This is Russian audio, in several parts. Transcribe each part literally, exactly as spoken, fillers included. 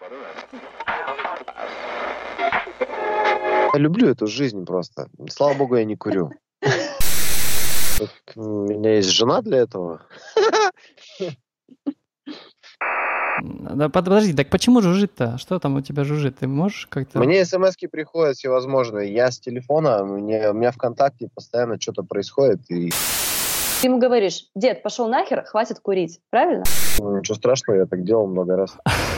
Я люблю эту жизнь просто. Слава богу, я не курю. У меня есть жена для этого. Да, подожди, так почему жужжит-то? Что там у тебя жужжит? Ты можешь как-то... Мне смс-ки приходят всевозможные. Я с телефона, мне, у меня ВКонтакте постоянно что-то происходит. И... Ты ему говоришь: дед, пошел нахер, хватит курить. Правильно? Ну, ничего страшного, я так делал много раз.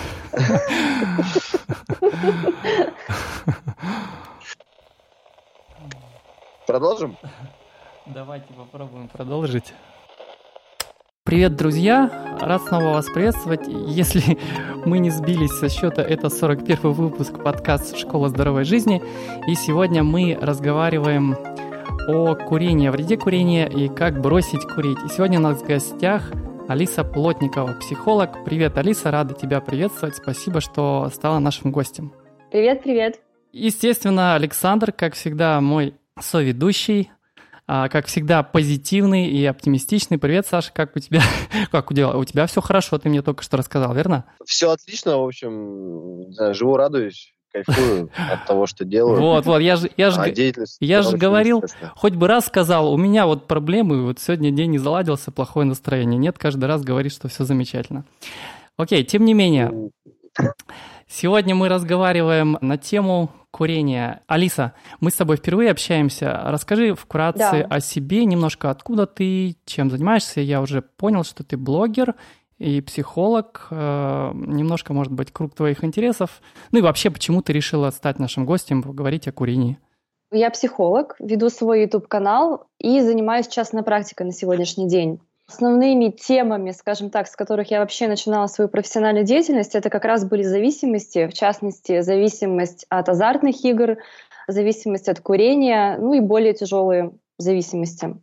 Продолжим? Давайте попробуем продолжить. Привет, друзья! Рад снова вас приветствовать. Если мы не сбились со счета, это сорок первый выпуск подкаста «Школа здоровой жизни». И сегодня мы разговариваем о курении, о вреде курения и как бросить курить. И сегодня у нас в гостях Алиса Плотникова, психолог. Привет, Алиса, рада тебя приветствовать. Спасибо, что стала нашим гостем. Привет, привет. Естественно, Александр, как всегда, мой соведущий. А, как всегда, позитивный и оптимистичный. Привет, Саша, как у тебя? Как у тебя? У тебя все хорошо, ты мне только что рассказал, верно? Все отлично, в общем, да, живу, радуюсь, кайфую от того, что делаю. Вот, вот, я же, я же, а я же говорил, хоть бы раз сказал, у меня вот проблемы, вот сегодня день не заладился, плохое настроение. Нет, каждый раз говорит, что все замечательно. Окей, тем не менее, сегодня мы разговариваем на тему курения. Алиса, мы с тобой впервые общаемся. Расскажи вкратце Да. о себе, немножко откуда ты, чем занимаешься. Я уже понял, что ты блогер и психолог. Э, немножко, может быть, круг твоих интересов. Ну и вообще, почему ты решила стать нашим гостем, поговорить о курении? Я психолог, веду свой YouTube-канал и занимаюсь частной практикой на сегодняшний день. Основными темами, скажем так, с которых я вообще начинала свою профессиональную деятельность, это как раз были зависимости, в частности, зависимость от азартных игр, зависимость от курения, ну и более тяжелые зависимости.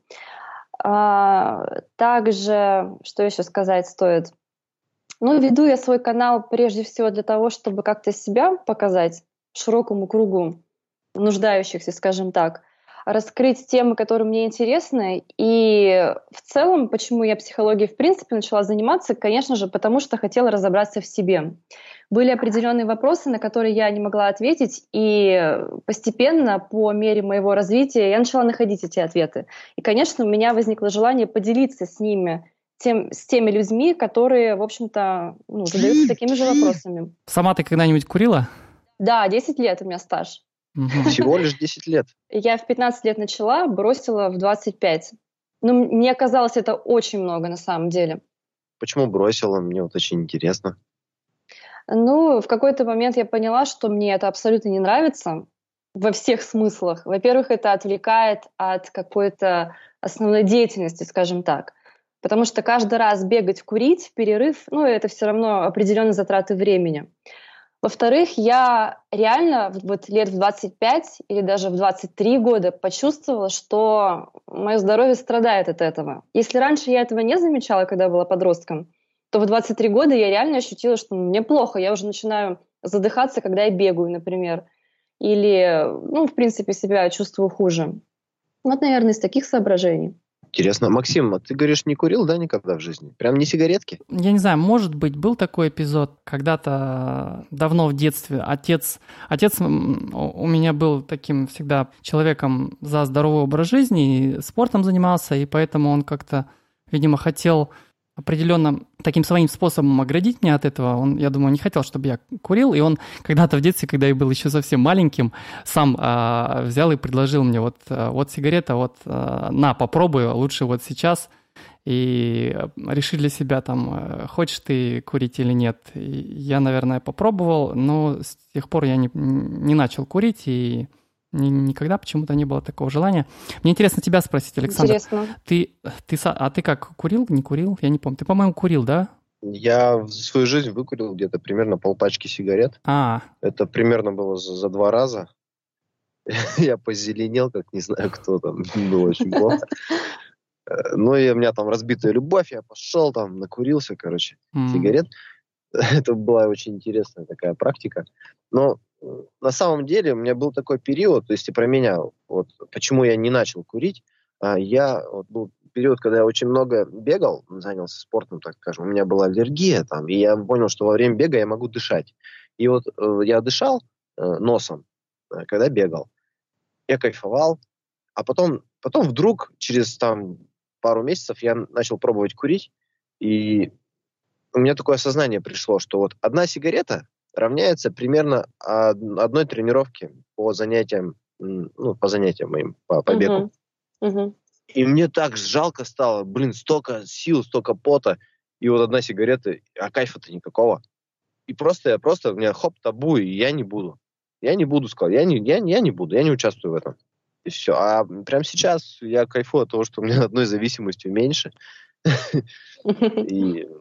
А, также, что еще сказать стоит? Ну, веду я свой канал прежде всего для того, чтобы как-то себя показать широкому кругу нуждающихся, скажем так, раскрыть темы, которые мне интересны. И в целом, почему я психологией в принципе начала заниматься, конечно же, потому что хотела разобраться в себе. Были определенные вопросы, на которые я не могла ответить, и постепенно, по мере моего развития, я начала находить эти ответы. И, конечно, у меня возникло желание поделиться с ними, тем, с теми людьми, которые, в общем-то, ну, задаются такими же вопросами. Сама ты когда-нибудь курила? Да, десять лет у меня стаж. Всего лишь десять лет. Я в пятнадцать лет начала, бросила в двадцать пять. Ну, мне казалось, это очень много на самом деле. Почему бросила? Мне вот очень интересно. Ну, в какой-то момент я поняла, что мне это абсолютно не нравится во всех смыслах. Во-первых, это отвлекает от какой-то основной деятельности, скажем так. Потому что каждый раз бегать, курить в перерыв, ну, это все равно определенные затраты времени. Во-вторых, я реально вот лет в двадцать пять или даже в двадцать три года почувствовала, что мое здоровье страдает от этого. Если раньше я этого не замечала, когда я была подростком, то в двадцать три года я реально ощутила, что мне плохо. Я уже начинаю задыхаться, когда я бегаю, например. Или, ну, в принципе, себя чувствую хуже. Вот, наверное, из таких соображений. Интересно. Максим, а ты, говоришь, не курил, да, никогда в жизни? Прям не сигаретки? Я не знаю, может быть, был такой эпизод когда-то давно в детстве. Отец, отец у меня был таким всегда человеком за здоровый образ жизни, и спортом занимался, и поэтому он как-то, видимо, хотел определенно таким своим способом оградить меня от этого. Он, я думаю, не хотел, чтобы я курил, и он когда-то в детстве, когда я был еще совсем маленьким, сам а, взял и предложил мне вот, вот сигарета, вот а, на, попробуй, лучше вот сейчас, и реши для себя там, хочешь ты курить или нет. И я, наверное, попробовал, но с тех пор я не, не начал курить, и никогда почему-то не было такого желания. Мне интересно тебя спросить, Александр. Интересно. Ты, ты, а ты как, курил, не курил? Я не помню. Ты, по-моему, курил, да? Я в свою жизнь выкурил где-то примерно полпачки сигарет. А. Это примерно было за, за два раза. Я позеленел, как не знаю кто там. Было очень плохо. Ну и у меня там разбитая любовь. Я пошел там, накурился, короче, сигарет. Это была очень интересная такая практика. Но на самом деле у меня был такой период, то есть и про меня, вот почему я не начал курить, я вот, был период, когда я очень много бегал, занялся спортом, так скажем, у меня была аллергия там, и я понял, что во время бега я могу дышать. И вот э, я дышал э, носом, э, когда бегал. Я кайфовал. А потом, потом вдруг, через там пару месяцев, я начал пробовать курить, и у меня такое осознание пришло, что вот одна сигарета равняется примерно одной тренировке по занятиям, ну, по занятиям моим, по, по бегу. Uh-huh. Uh-huh. И мне так жалко стало, блин, столько сил, столько пота, и вот одна сигарета, а кайфа-то никакого. И просто я просто, у меня хоп, табу, и я не буду. Я не буду, сказал, я не, я, я не буду, я не участвую в этом. И все. А прямо сейчас я кайфую от того, что у меня одной зависимостью меньше. И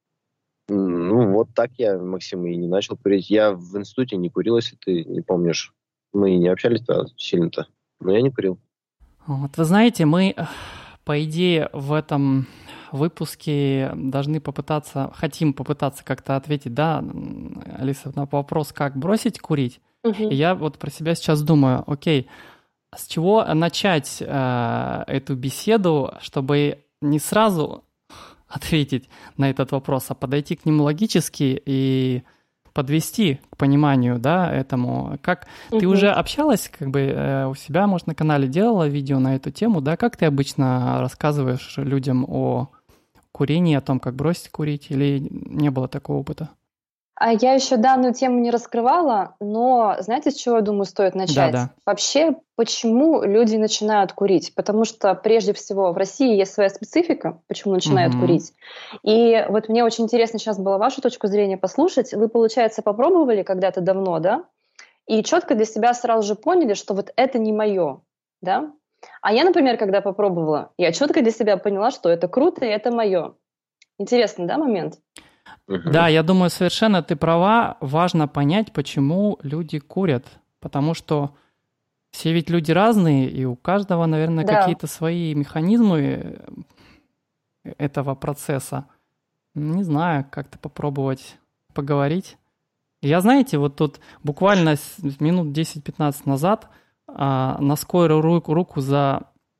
ну, вот так я, Максим, и не начал курить. Я в институте не курил, если ты не помнишь. Мы и не общались-то сильно-то, но я не курил. Вот, вы знаете, мы, по идее, в этом выпуске должны попытаться, хотим попытаться как-то ответить, да, Алиса, на вопрос, как бросить курить. Uh-huh. И я вот про себя сейчас думаю, окей, с чего начать э, эту беседу, чтобы не сразу ответить на этот вопрос, а подойти к нему логически и подвести к пониманию, да, этому. Как uh-huh. ты уже общалась, как бы э, у себя, может, на канале делала видео на эту тему, да? Как ты обычно рассказываешь людям о курении, о том, как бросить курить, или не было такого опыта? А я еще данную тему не раскрывала, но знаете, с чего, я думаю, стоит начать? Да, да. Вообще, почему люди начинают курить? Потому что, прежде всего, в России есть своя специфика, почему начинают Угу. курить. И вот мне очень интересно сейчас было вашу точку зрения послушать. Вы, получается, попробовали когда-то давно, да? И четко для себя сразу же поняли, что вот это не мое, да? А я, например, когда попробовала, я четко для себя поняла, что это круто и это мое. Интересный, да, момент? Uh-huh. Да, я думаю, совершенно ты права. Важно понять, почему люди курят. Потому что все ведь люди разные, и у каждого, наверное, да. какие-то свои механизмы этого процесса. Не знаю, как-то попробовать поговорить. Я, знаете, вот тут буквально минут десять-пятнадцать назад а, на скорую руку, руку за,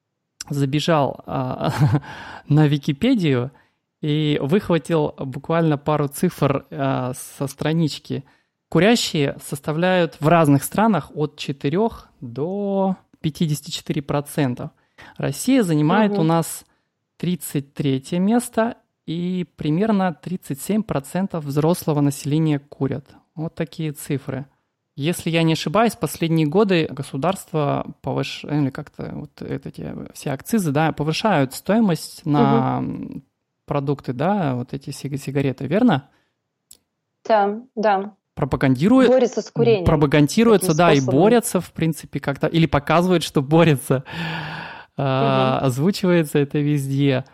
забежал а, на Википедию и выхватил буквально пару цифр э, со странички. Курящие составляют в разных странах от четырёх до пятьдесят четыре процента. Россия занимает угу. у нас тридцать третье место, и примерно тридцать семь процентов взрослого населения курят. Вот такие цифры. Если я не ошибаюсь, в последние годы государство повышает, или как-то вот эти все акцизы, да, повышают стоимость на... Угу. продукты, да, вот эти сигареты, верно? Да, да. Пропагандируют. Борются с курением. Пропагандируются, да, способом. И борются, в принципе, как-то, или показывают, что борются. Угу. А, озвучивается это везде.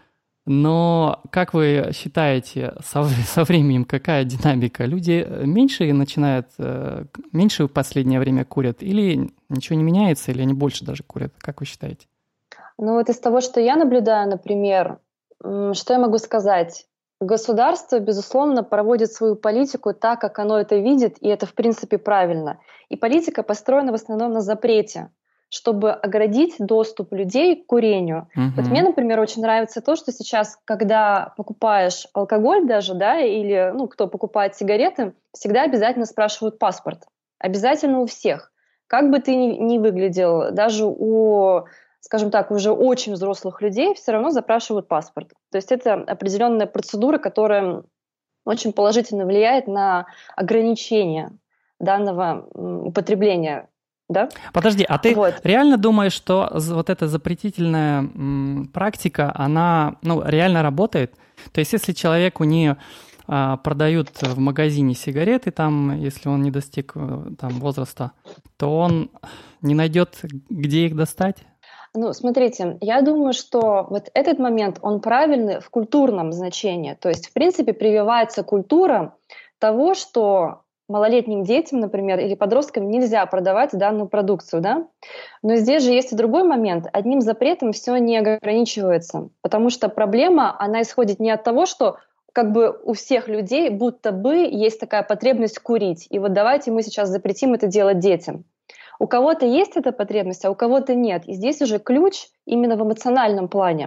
Но как вы считаете, со, со временем какая динамика? Люди меньше начинают, меньше в последнее время курят, или ничего не меняется, или они больше даже курят? Как вы считаете? Ну вот из того, что я наблюдаю, например, что я могу сказать? Государство, безусловно, проводит свою политику так, как оно это видит, и это, в принципе, правильно. И политика построена в основном на запрете, чтобы оградить доступ людей к курению. Uh-huh. Вот мне, например, очень нравится то, что сейчас, когда покупаешь алкоголь даже, да, или ну, кто покупает сигареты, всегда обязательно спрашивают паспорт. Обязательно у всех. Как бы ты ни, ни выглядел, даже у... скажем так, уже очень взрослых людей все равно запрашивают паспорт. То есть это определенная процедура, которая очень положительно влияет на ограничение данного употребления. Да? Подожди, а ты вот. реально думаешь, что вот эта запретительная м, практика, она ну, реально работает? То есть если человеку не а, продают в магазине сигареты, там, если он не достиг там, возраста, то он не найдет, где их достать? Ну, смотрите, я думаю, что вот этот момент, он правильный в культурном значении. То есть, в принципе, прививается культура того, что малолетним детям, например, или подросткам нельзя продавать данную продукцию, да? Но здесь же есть и другой момент. Одним запретом все не ограничивается, потому что проблема, она исходит не от того, что как бы у всех людей будто бы есть такая потребность курить, и вот давайте мы сейчас запретим это делать детям. У кого-то есть эта потребность, а у кого-то нет. И здесь уже ключ именно в эмоциональном плане.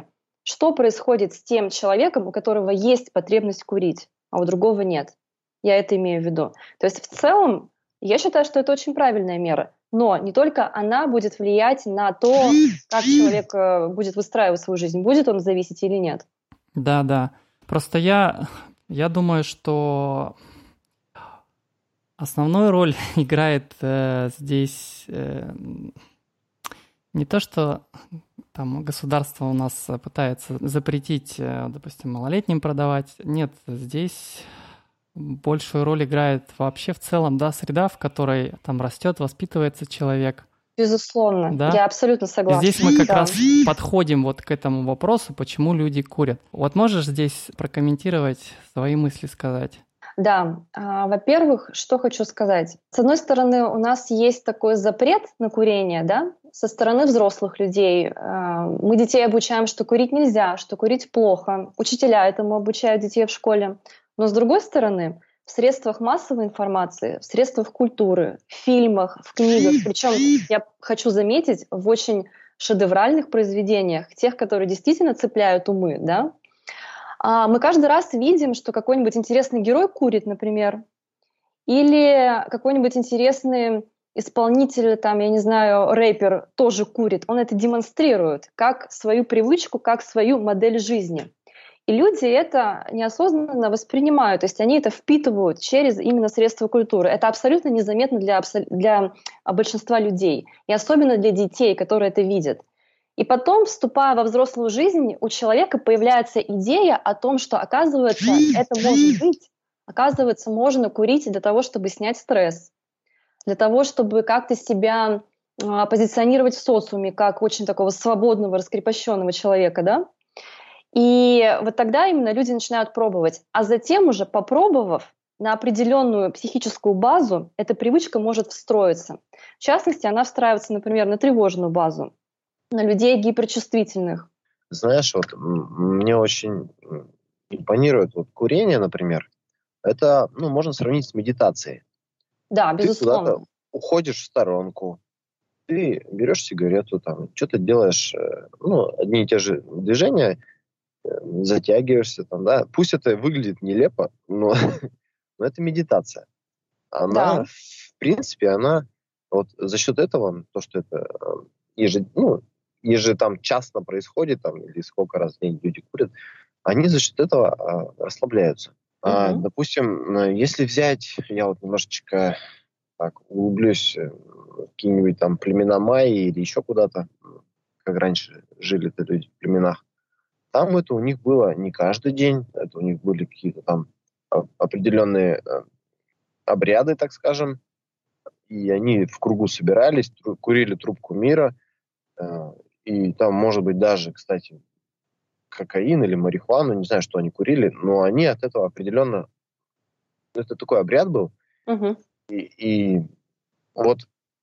что происходит с тем человеком, у которого есть потребность курить, а у другого нет. Я это имею в виду. То есть в целом я считаю, что это очень правильная мера. Но не только она будет влиять на то, как человек будет выстраивать свою жизнь, будет он зависеть или нет. Да, да. Просто я, я думаю, что основную роль играет э, здесь э, не то, что там государство у нас пытается запретить, э, допустим, малолетним продавать. Нет, здесь большую роль играет вообще в целом, да, среда, в которой там растет, воспитывается человек. Безусловно, да? Я абсолютно согласна. И здесь мы как да. раз подходим вот к этому вопросу, почему люди курят. Вот можешь здесь прокомментировать, свои мысли сказать? Да, а, во-первых, что хочу сказать. С одной стороны, у нас есть такой запрет на курение, да, со стороны взрослых людей. А, мы детей обучаем, что курить нельзя, что курить плохо. Учителя этому обучают детей в школе. Но с другой стороны, в средствах массовой информации, в средствах культуры, в фильмах, в книгах, причем я хочу заметить, в очень шедевральных произведениях, тех, которые действительно цепляют умы, да, мы каждый раз видим, что какой-нибудь интересный герой курит, например, или какой-нибудь интересный исполнитель, там, я не знаю, рэпер тоже курит. Он это демонстрирует как свою привычку, как свою модель жизни. И люди это неосознанно воспринимают, то есть они это впитывают через именно средства культуры. Это абсолютно незаметно для, для большинства людей, и особенно для детей, которые это видят. И потом, вступая во взрослую жизнь, у человека появляется идея о том, что, оказывается, это может быть. Оказывается, можно курить для того, чтобы снять стресс, для того, чтобы как-то себя а, позиционировать в социуме как очень такого свободного, раскрепощенного человека, да? И вот тогда именно люди начинают пробовать. А затем уже, попробовав, на определенную психическую базу, эта привычка может встроиться. В частности, она встраивается, например, на тревожную базу, на людей гиперчувствительных. Знаешь, вот мне очень импонирует вот курение, например. Это, ну, можно сравнить с медитацией. Да, безусловно. Ты куда-то уходишь в сторонку, ты берешь сигарету, там, что-то делаешь, ну, одни и те же движения, затягиваешься, там, да. Пусть это выглядит нелепо, но, но это медитация. Она, Да. в принципе, она вот за счет этого, то, что это ежед, ну, еже там часто происходит, там, или сколько раз в день люди курят, они за счет этого а, расслабляются. Uh-huh. А, допустим, если взять, я вот немножечко так углублюсь в какие-нибудь там племена майи или еще куда-то, как раньше жили-то люди в племенах, там это у них было не каждый день, это у них были какие-то там определенные обряды, так скажем, и они в кругу собирались, курили трубку мира, и там, может быть, даже, кстати, кокаин или марихуану, не знаю, что они курили, но они от этого определенно... Это такой обряд был. Uh-huh. И, и вот,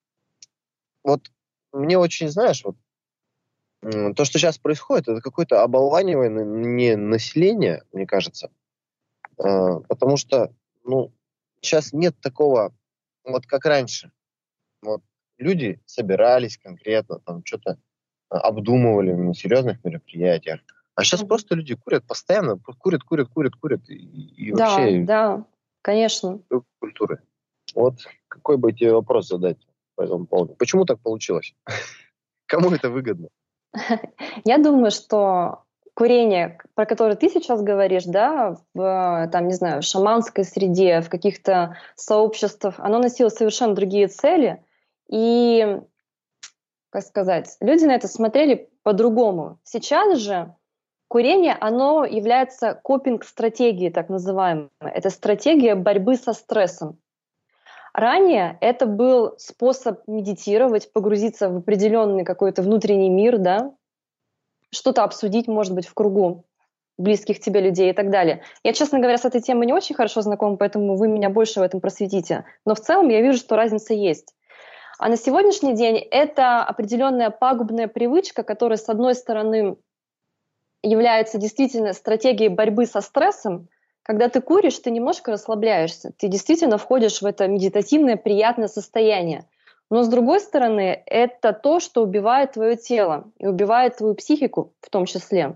вот мне очень, знаешь, вот то, что сейчас происходит, это какое-то оболванивание населения, мне кажется. Потому что, ну, сейчас нет такого, вот как раньше. Вот люди собирались конкретно, там что-то обдумывали на серьезных мероприятиях. А сейчас mm-hmm. просто люди курят постоянно, курят, курят, курят, курят. И, и да, вообще... Да, конечно. Культуры. Вот какой бы тебе вопрос задать по этому поводу? Почему так получилось? Кому это выгодно? Я думаю, что курение, про которое ты сейчас говоришь, да, в, там, не знаю, в шаманской среде, в каких-то сообществах, оно носило совершенно другие цели. И, как сказать, люди на это смотрели по-другому. Сейчас же курение, оно является копинг-стратегией, так называемой. Это стратегия борьбы со стрессом. Ранее это был способ медитировать, погрузиться в определенный какой-то внутренний мир, да, что-то обсудить, может быть, в кругу близких тебе людей и так далее. Я, честно говоря, с этой темой не очень хорошо знакома, поэтому вы меня больше в этом просветите. Но в целом я вижу, что разница есть. А на сегодняшний день это определенная пагубная привычка, которая, с одной стороны, является действительно стратегией борьбы со стрессом. Когда ты куришь, ты немножко расслабляешься, ты действительно входишь в это медитативное, приятное состояние. Но с другой стороны, это то, что убивает твое тело и убивает твою психику в том числе.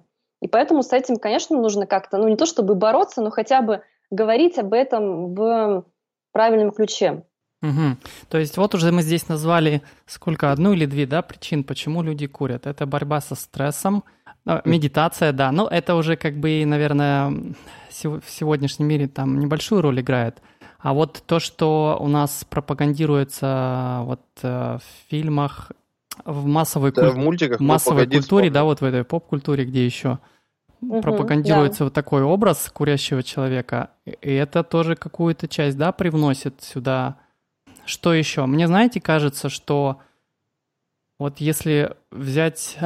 И поэтому с этим, конечно, нужно как-то, ну не то чтобы бороться, но хотя бы говорить об этом в правильном ключе. Угу. То есть вот уже мы здесь назвали сколько, одну или две, да, причин, почему люди курят. Это борьба со стрессом, медитация, да, но это уже как бы, наверное, в сегодняшнем мире там небольшую роль играет. А вот то, что у нас пропагандируется вот в фильмах, в массовой, да, куль... в мультиках, массовой погоди, культуре, вспомни. да, вот в этой поп-культуре, где еще Угу, пропагандируется да. вот такой образ курящего человека, и это тоже какую-то часть, да, привносит сюда. Что еще? Мне, знаете, кажется, что вот если взять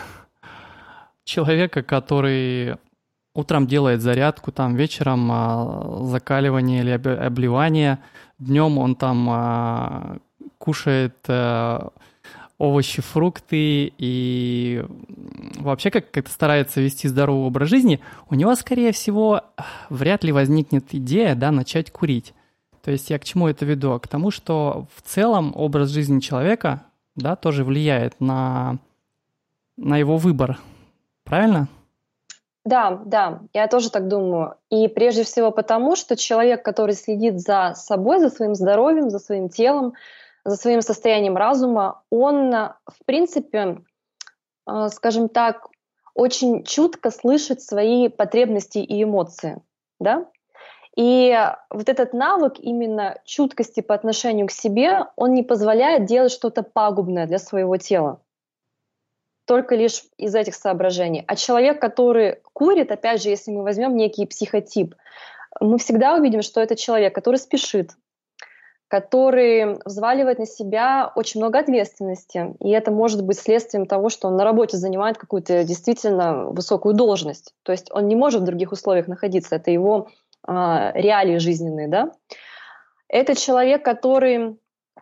человека, который утром делает зарядку, там вечером а, закаливание или обливание, днем он там а, кушает а, овощи, фрукты и вообще как- как-то старается вести здоровый образ жизни, у него, скорее всего, вряд ли возникнет идея, да, начать курить. То есть я к чему это веду? К тому, что в целом образ жизни человека, да, тоже влияет на, на его выбор. Правильно? Да, да, я тоже так думаю. И прежде всего потому, что человек, который следит за собой, за своим здоровьем, за своим телом, за своим состоянием разума, он, в принципе, э, скажем так, очень чутко слышит свои потребности и эмоции, да? И вот этот навык именно чуткости по отношению к себе, он не позволяет делать что-то пагубное для своего тела. Только лишь из этих соображений. А человек, который курит, опять же, если мы возьмем некий психотип, мы всегда увидим, что это человек, который спешит, который взваливает на себя очень много ответственности. И это может быть следствием того, что он на работе занимает какую-то действительно высокую должность. То есть он не может в других условиях находиться. Это его э, реалии жизненные, да? Это человек, который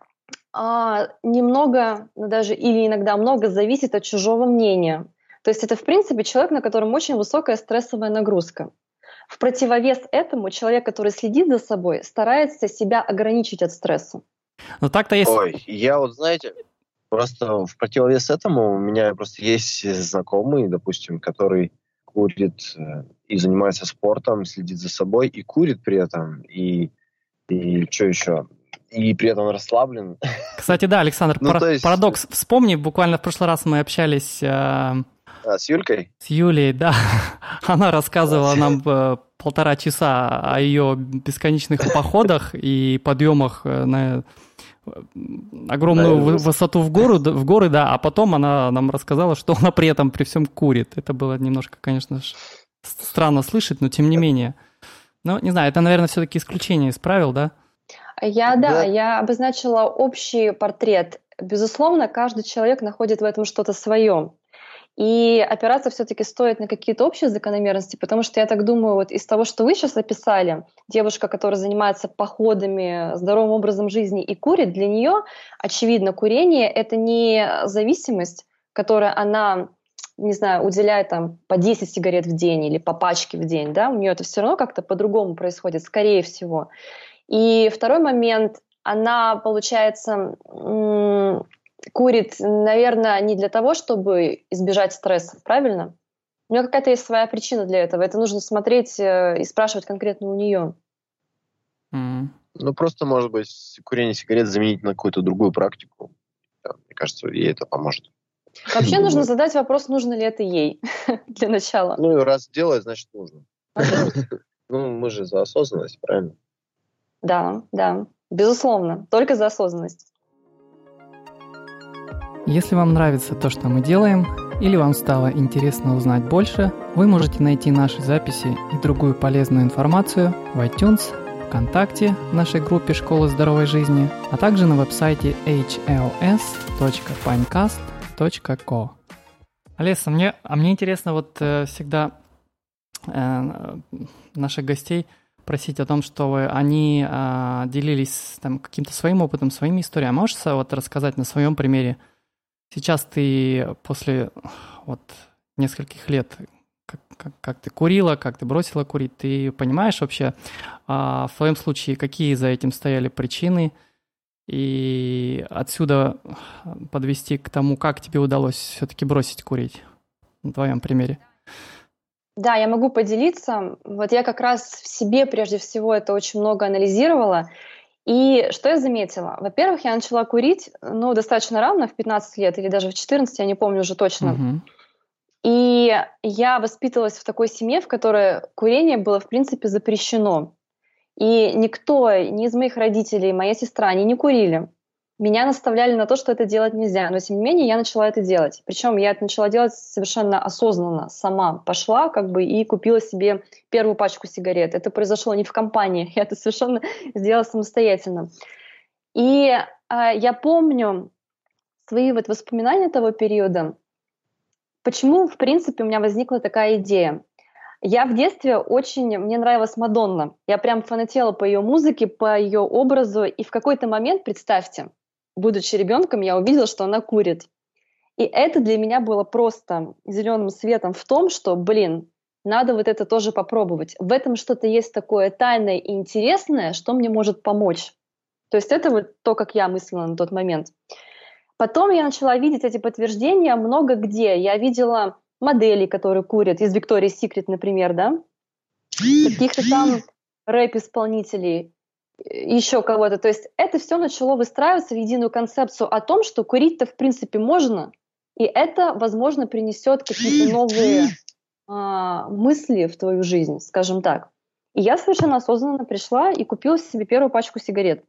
э, немного, ну, даже или иногда много зависит от чужого мнения. То есть это, в принципе, человек, на котором очень высокая стрессовая нагрузка. В противовес этому человек, который следит за собой, старается себя ограничить от стресса. Ну так-то есть... Ой, я вот, знаете, просто в противовес этому у меня просто есть знакомый, допустим, который курит и занимается спортом, следит за собой и курит при этом, и, и что еще? И при этом расслаблен. Кстати, да, Александр, ну, пар- есть... парадокс. Вспомни, буквально в прошлый раз мы общались... Э- А, с Юлькой? С Юлей, да. Она рассказывала нам э, полтора часа о ее бесконечных походах и подъемах на огромную да, высоту в, гору, в горы, да, а потом она нам рассказала, что она при этом при всем курит. Это было немножко, конечно, странно слышать, но тем не менее. Ну, не знаю, это, наверное, все-таки исключение из правил, да? Я, да, да, я обозначила общий портрет. Безусловно, каждый человек находит в этом что-то свое. И опираться все-таки стоит на какие-то общие закономерности, потому что я так думаю, вот из того, что вы сейчас описали, девушка, которая занимается походами, здоровым образом жизни и курит, для нее, очевидно, курение — это не зависимость, которая она, не знаю, уделяет там по десять сигарет в день или по пачке в день, да, у нее это все равно как-то по-другому происходит, скорее всего. И второй момент, она, получается, м- курит, наверное, не для того, чтобы избежать стресса, правильно? У нее какая-то есть своя причина для этого. Это нужно смотреть и спрашивать конкретно у нее. Mm. Ну, просто, может быть, курение сигарет заменить на какую-то другую практику. Да, мне кажется, ей это поможет. Вообще нужно задать вопрос, нужно ли это ей для начала. Ну, и раз делает, значит, нужно. Ну, мы же за осознанность, правильно? Да, да, безусловно. Только за осознанность. Если вам нравится то, что мы делаем, или вам стало интересно узнать больше, вы можете найти наши записи и другую полезную информацию в iTunes, ВКонтакте, в нашей группе «Школа здоровой жизни», а также на веб-сайте эйч эл эс точка pinecast точка ко. Олеся, мне, а мне интересно вот э, всегда э, наших гостей просить о том, чтобы они э, делились там, каким-то своим опытом, своими историями. А можешь вот рассказать на своем примере? Сейчас ты после вот нескольких лет, как, как, как ты курила, как ты бросила курить, ты понимаешь вообще а, в твоем случае, какие за этим стояли причины, и отсюда подвести к тому, как тебе удалось все-таки бросить курить на твоем примере? Да, я могу поделиться. Вот я как раз в себе прежде всего это очень много анализировала. И что я заметила? Во-первых, я начала курить, ну, достаточно рано, в пятнадцать лет или даже в четырнадцать, я не помню уже точно. Мгм. И я воспитывалась в такой семье, в которой курение было, в принципе, запрещено. И никто, ни из моих родителей, моя сестра, они не курили. Меня наставляли на то, что это делать нельзя, но тем не менее я начала это делать. Причем я это начала делать совершенно осознанно, сама пошла как бы и купила себе первую пачку сигарет. Это произошло не в компании, я это совершенно сделала самостоятельно. И а, я помню свои вот воспоминания того периода. Почему, в принципе, у меня возникла такая идея? Я в детстве очень... Мне нравилась Мадонна. Я прям фанатела по ее музыке, по ее образу. И в какой-то момент, представьте, будучи ребенком, я увидела, что она курит. И это для меня было просто зеленым светом в том, что, блин, надо вот это тоже попробовать. В этом что-то есть такое тайное и интересное, что мне может помочь. То есть это вот то, как я мыслила на тот момент. Потом я начала видеть эти подтверждения много где. Я видела модели, которые курят, из Victoria's Secret, например, да, каких-то там рэп-исполнителей, еще кого-то. То есть это все начало выстраиваться в единую концепцию о том, что курить-то в принципе можно, и это, возможно, принесет какие-то новые а, мысли в твою жизнь, скажем так. И я совершенно осознанно пришла и купила себе первую пачку сигарет.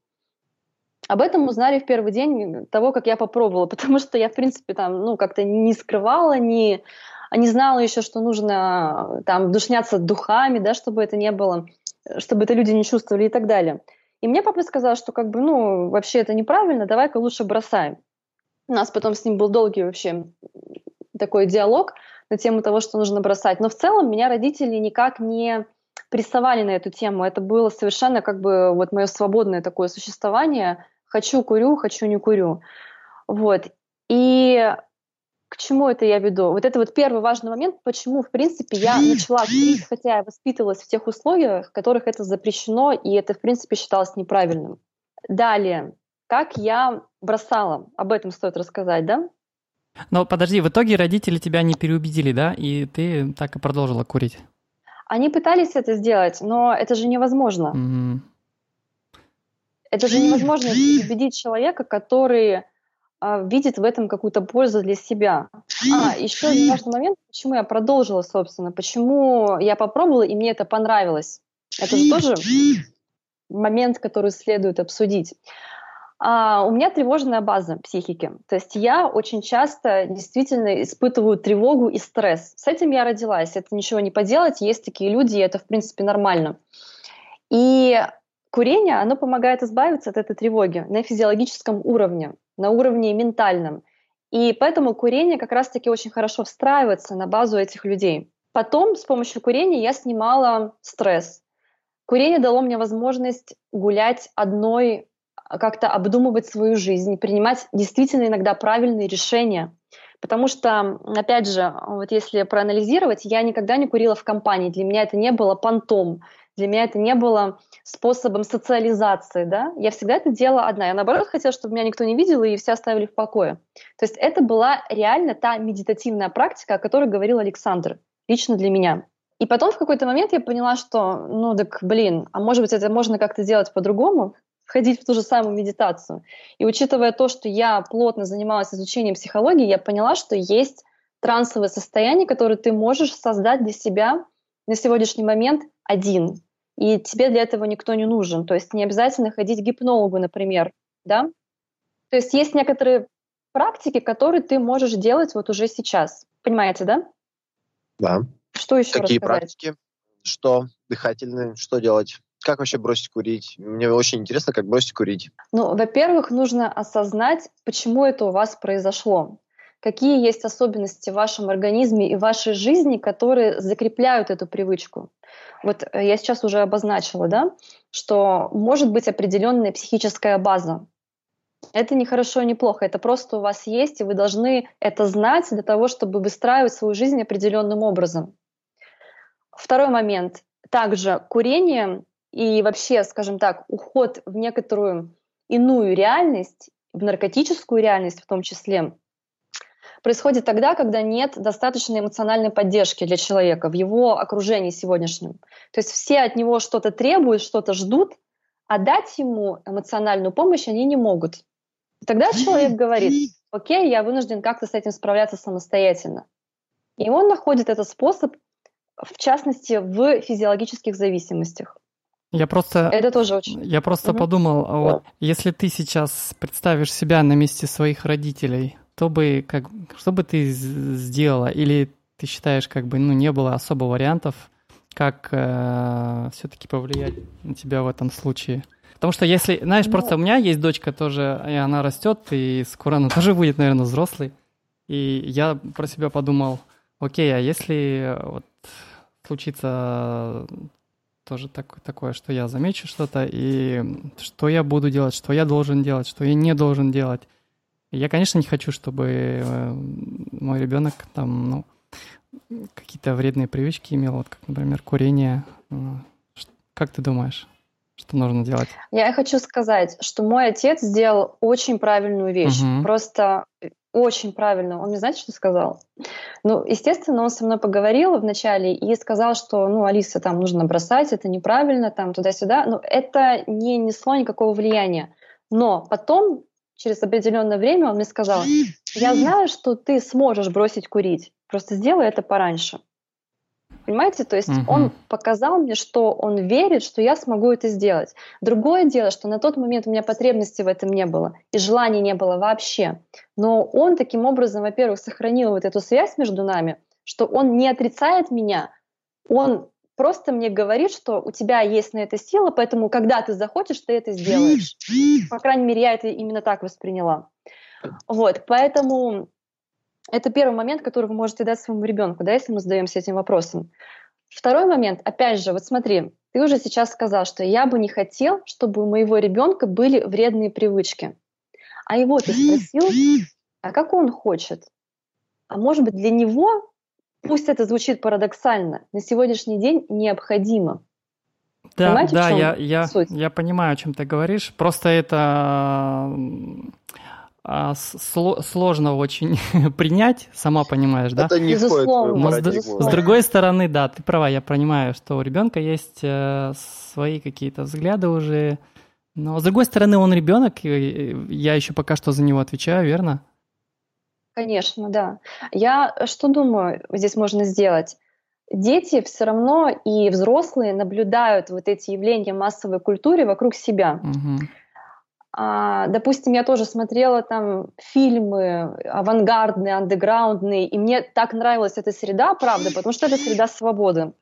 Об этом узнали в первый день того, как я попробовала, потому что я, в принципе, там, ну, как-то не скрывала, не, не знала еще, что нужно там душняться духами, да, чтобы это не было, чтобы это люди не чувствовали и так далее. И мне папа сказал, что как бы, ну, вообще это неправильно, давай-ка лучше бросаем. У нас потом с ним был долгий вообще такой диалог на тему того, что нужно бросать. Но в целом меня родители никак не прессовали на эту тему. Это было совершенно как бы вот мое свободное такое существование. Хочу, курю, хочу, не курю. Вот. И к чему это я веду? Вот это вот первый важный момент, почему, в принципе, я начала курить, хотя я воспитывалась в тех условиях, в которых это запрещено, и это, в принципе, считалось неправильным. Далее, как я бросала, об этом стоит рассказать, да? Но подожди, в итоге родители тебя не переубедили, да? И ты так и продолжила курить? Они пытались это сделать, но это же невозможно. Mm-hmm. Это же невозможно убедить человека, который а, видит в этом какую-то пользу для себя. А, еще один важный момент, почему я продолжила, собственно, почему я попробовала, и мне это понравилось. Это же тоже момент, который следует обсудить. А, у меня тревожная база психики. То есть я очень часто действительно испытываю тревогу и стресс. С этим я родилась, это ничего не поделать, есть такие люди, и это, в принципе, нормально. И курение, оно помогает избавиться от этой тревоги на физиологическом уровне, на уровне ментальном. И поэтому курение как раз-таки очень хорошо встраивается на базу этих людей. Потом с помощью курения я снимала стресс. Курение дало мне возможность гулять одной, как-то обдумывать свою жизнь, принимать действительно иногда правильные решения. Потому что, опять же, вот если проанализировать, я никогда не курила в компании. Для меня это не было понтом. Для меня это не было способом социализации, да? Я всегда это делала одна. Я, наоборот, хотела, чтобы меня никто не видел и все оставили в покое. То есть это была реально та медитативная практика, о которой говорил Александр, лично для меня. И потом в какой-то момент я поняла, что, ну так, блин, а может быть, это можно как-то делать по-другому, входить в ту же самую медитацию. И учитывая то, что я плотно занималась изучением психологии, я поняла, что есть трансовое состояние, которое ты можешь создать для себя на сегодняшний момент один. И тебе для этого никто не нужен. То есть не обязательно ходить к гипнологу, например. Да? То есть есть некоторые практики, которые ты можешь делать вот уже сейчас. Понимаете, да? Да. Что еще Какие рассказать? практики? Что? Дыхательные? Что делать? Как вообще бросить курить? Мне очень интересно, как бросить курить. Ну, во-первых, нужно осознать, почему это у вас произошло. Какие есть особенности в вашем организме и в вашей жизни, которые закрепляют эту привычку. Вот я сейчас уже обозначила, да, что может быть определенная психическая база. Это не хорошо, не плохо, это просто у вас есть, и вы должны это знать для того, чтобы выстраивать свою жизнь определенным образом. Второй момент. Также курение и вообще, скажем так, уход в некоторую иную реальность, в наркотическую реальность в том числе, происходит тогда, когда нет достаточной эмоциональной поддержки для человека в его окружении сегодняшнем. То есть все от него что-то требуют, что-то ждут, а дать ему эмоциональную помощь они не могут. И тогда человек говорит: окей, я вынужден как-то с этим справляться самостоятельно. И он находит этот способ, в частности, в физиологических зависимостях. Я просто, Это тоже очень... я просто Мгм. подумал, а вот если ты сейчас представишь себя на месте своих родителей, то бы, как, что бы ты з- сделала? Или ты считаешь, как бы, ну, не было особо вариантов, как э, все-таки повлиять на тебя в этом случае? Потому что если, знаешь, Ну, просто у меня есть дочка тоже, и она растет, и скоро она тоже будет, наверное, взрослой. И я про себя подумал: окей, а если вот случится тоже так- такое, что я замечу что-то, и что я буду делать, что я должен делать, что я не должен делать. И я, конечно, не хочу, чтобы э, мой ребенок там, ну, какие-то вредные привычки имел, вот как, например, курение. Ну, ш- Как ты думаешь, что нужно делать? я хочу сказать, что мой отец сделал очень правильную вещь. Мгм. Просто э, очень правильную. Он мне, знаете, что сказал? Ну, естественно, он со мной поговорил вначале и сказал, что, ну, Алиса, там нужно бросать, это неправильно, там туда-сюда. Но это не несло никакого влияния. Но потом, через определенное время, он мне сказал: я знаю, что ты сможешь бросить курить, просто сделай это пораньше. Понимаете? То есть Мгм. он показал мне, что он верит, что я смогу это сделать. Другое дело, что на тот момент у меня потребности в этом не было, и желания не было вообще. Но он таким образом, во-первых, сохранил вот эту связь между нами, что он не отрицает меня, он просто мне говорит, что у тебя есть на это сила, поэтому когда ты захочешь, ты это сделаешь. По крайней мере, я это именно так восприняла. Вот, поэтому это первый момент, который вы можете дать своему ребенку, да, если мы задаемся этим вопросом. Второй момент, опять же, вот смотри, ты уже сейчас сказал, что я бы не хотел, чтобы у моего ребенка были вредные привычки. А его ты спросил, а как он хочет? А может быть, для него, пусть это звучит парадоксально, на сегодняшний день необходимо. Да, Понимаете, в да, я, чем я, суть? я понимаю, о чем ты говоришь. Просто это м, а, с- сло- сложно очень принять, сама понимаешь, да? Это не входит в твою Безусловно, Но с, д- парадигму. с безусловно. другой стороны, да, ты права, я понимаю, что у ребенка есть э, свои какие-то взгляды уже. Но с другой стороны, он ребенок, и я еще пока что за него отвечаю, верно? Конечно, да. Я э, что думаю, здесь можно сделать? Дети все равно и взрослые наблюдают вот эти явления массовой культуры вокруг себя. Мгм. А, допустим, я тоже смотрела там фильмы авангардные, андеграундные, и мне так нравилась эта среда, правда, потому что это среда свободы.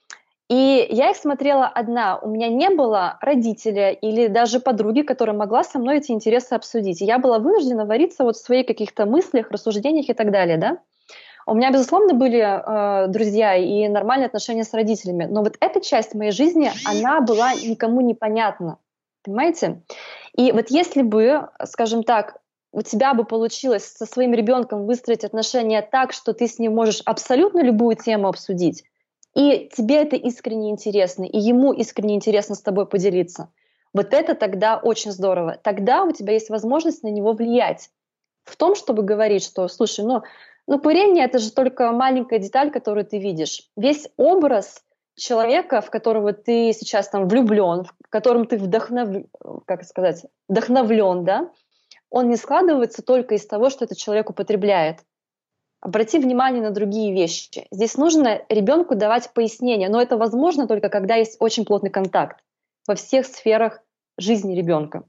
И я их смотрела одна. У меня не было родителя или даже подруги, которая могла со мной эти интересы обсудить. И я была вынуждена вариться вот в своих каких-то мыслях, рассуждениях и так далее, да. У меня, безусловно, были э, друзья и нормальные отношения с родителями, но вот эта часть моей жизни, она была никому непонятна, понимаете? И вот если бы, скажем так, у тебя бы получилось со своим ребенком выстроить отношения так, что ты с ним можешь абсолютно любую тему обсудить, и тебе это искренне интересно, и ему искренне интересно с тобой поделиться, вот это тогда очень здорово. Тогда у тебя есть возможность на него влиять в том, чтобы говорить, что, слушай, ну, ну курение — это же только маленькая деталь, которую ты видишь. Весь образ человека, в которого ты сейчас там влюблен, в котором ты вдохнов... как сказать, вдохновлен, да, он не складывается только из того, что этот человек употребляет. Обрати внимание на другие вещи. Здесь нужно ребенку давать пояснения, но это возможно только когда есть очень плотный контакт во всех сферах жизни ребенка.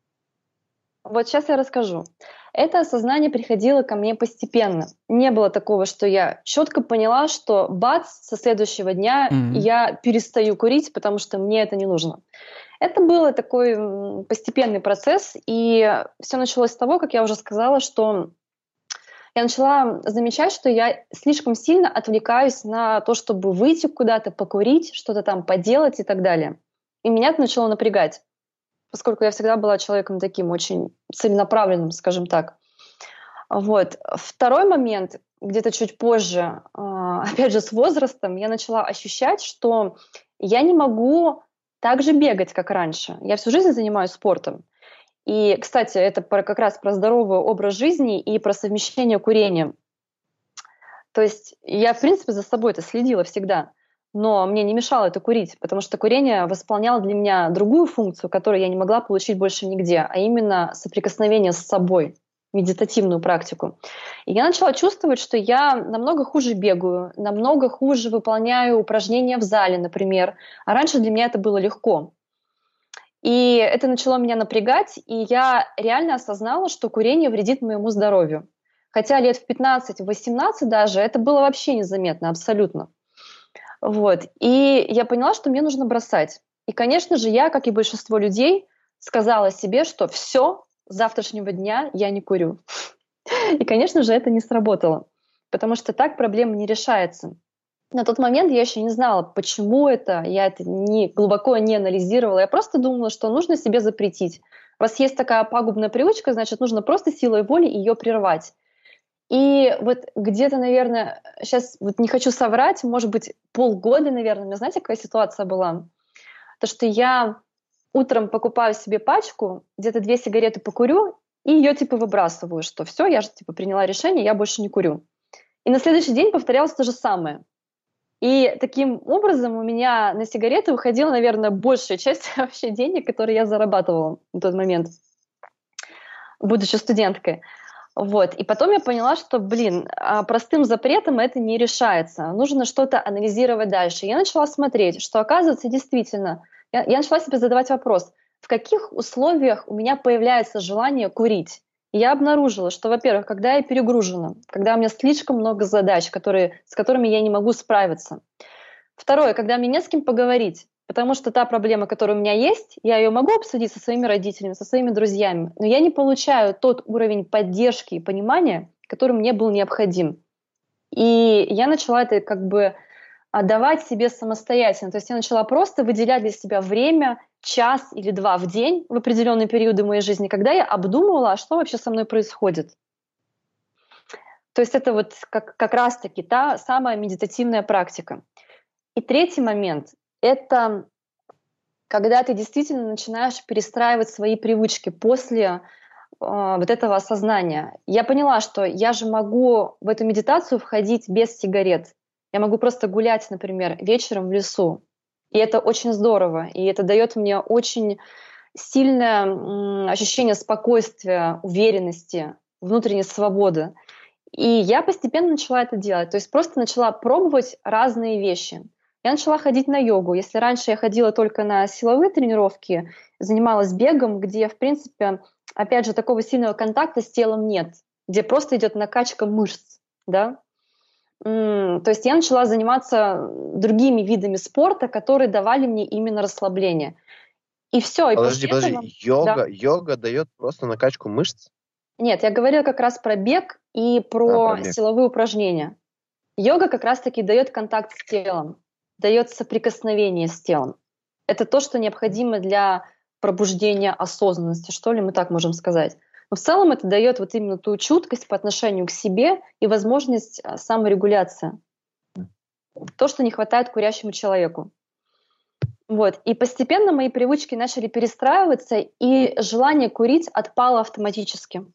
Вот сейчас я расскажу. Это осознание приходило ко мне постепенно. Не было такого, что я четко поняла, что бац, со следующего дня Мгм. я перестаю курить, потому что мне это не нужно. Это был такой м, постепенный процесс, и все началось с того, как я уже сказала, что я начала замечать, что я слишком сильно отвлекаюсь на то, чтобы выйти куда-то, покурить, что-то там поделать и так далее. И меня это начало напрягать, поскольку я всегда была человеком таким очень целенаправленным, скажем так. Вот. Второй момент, где-то чуть позже, а, опять же с возрастом, я начала ощущать, что я не могу так же бегать, как раньше. Я всю жизнь занимаюсь спортом. И, кстати, это про, как раз про здоровый образ жизни и про совмещение курения. То есть я, в принципе, за собой-то следила всегда, но мне не мешало это курить, потому что курение восполняло для меня другую функцию, которую я не могла получить больше нигде, а именно соприкосновение с собой, медитативную практику. И я начала чувствовать, что я намного хуже бегаю, намного хуже выполняю упражнения в зале, например. А раньше для меня это было легко. И это начало меня напрягать, и я реально осознала, что курение вредит моему здоровью. Хотя лет в пятнадцать-восемнадцать даже это было вообще незаметно, абсолютно. Вот. И я поняла, что мне нужно бросать. И, конечно же, я, как и большинство людей, сказала себе, что все, с завтрашнего дня я не курю. И, конечно же, это не сработало, потому что так проблема не решается. На тот момент я еще не знала, почему это, я это не, глубоко не анализировала. Я просто думала, что нужно себе запретить. Раз есть такая пагубная привычка, значит, нужно просто силой воли ее прервать. И вот где-то, наверное, сейчас вот не хочу соврать, может быть, полгода, наверное, у меня, знаете, какая ситуация была? То, что я утром покупаю себе пачку, где-то две сигареты покурю, и ее типа выбрасываю, что все, я же типа приняла решение, я больше не курю. И на следующий день повторялось то же самое. И таким образом у меня на сигареты уходила, наверное, большая часть вообще денег, которые я зарабатывала в тот момент, будучи студенткой. Вот. И потом я поняла, что, блин, простым запретом это не решается. Нужно что-то анализировать дальше. Я начала смотреть, что, оказывается, действительно, я, я начала себе задавать вопрос, в каких условиях у меня появляется желание курить. И я обнаружила, что, во-первых, когда я перегружена, когда у меня слишком много задач, которые, с которыми я не могу справиться. Второе, когда мне не с кем поговорить. Потому что та проблема, которая у меня есть, я ее могу обсудить со своими родителями, со своими друзьями, но я не получаю тот уровень поддержки и понимания, который мне был необходим. И я начала это как бы давать себе самостоятельно. То есть я начала просто выделять для себя время, час или два в день в определенные периоды моей жизни, когда я обдумывала, а что вообще со мной происходит. То есть это вот как, как раз-таки та самая медитативная практика. И третий момент — это когда ты действительно начинаешь перестраивать свои привычки после э, вот этого осознания. Я поняла, что я же могу в эту медитацию входить без сигарет. Я могу просто гулять, например, вечером в лесу. И это очень здорово. И это дает мне очень сильное м, ощущение спокойствия, уверенности, внутренней свободы. И я постепенно начала это делать. То есть просто начала пробовать разные вещи. Я начала ходить на йогу. Если раньше я ходила только на силовые тренировки, занималась бегом, где, в принципе, опять же, такого сильного контакта с телом нет, где просто идет накачка мышц, да. То есть я начала заниматься другими видами спорта, которые давали мне именно расслабление. И все. И Подожди, после подожди, этого... йога, Да. йога дает просто накачку мышц? Нет, я говорила как раз про бег и про, А, про бег. силовые упражнения. Йога как раз-таки дает контакт с телом, дает соприкосновение с телом. Это то, что необходимо для пробуждения осознанности, что ли, мы так можем сказать. Но в целом это дает вот именно ту чуткость по отношению к себе и возможность саморегуляции. То, что не хватает курящему человеку. Вот. И постепенно мои привычки начали перестраиваться, и желание курить отпало автоматически.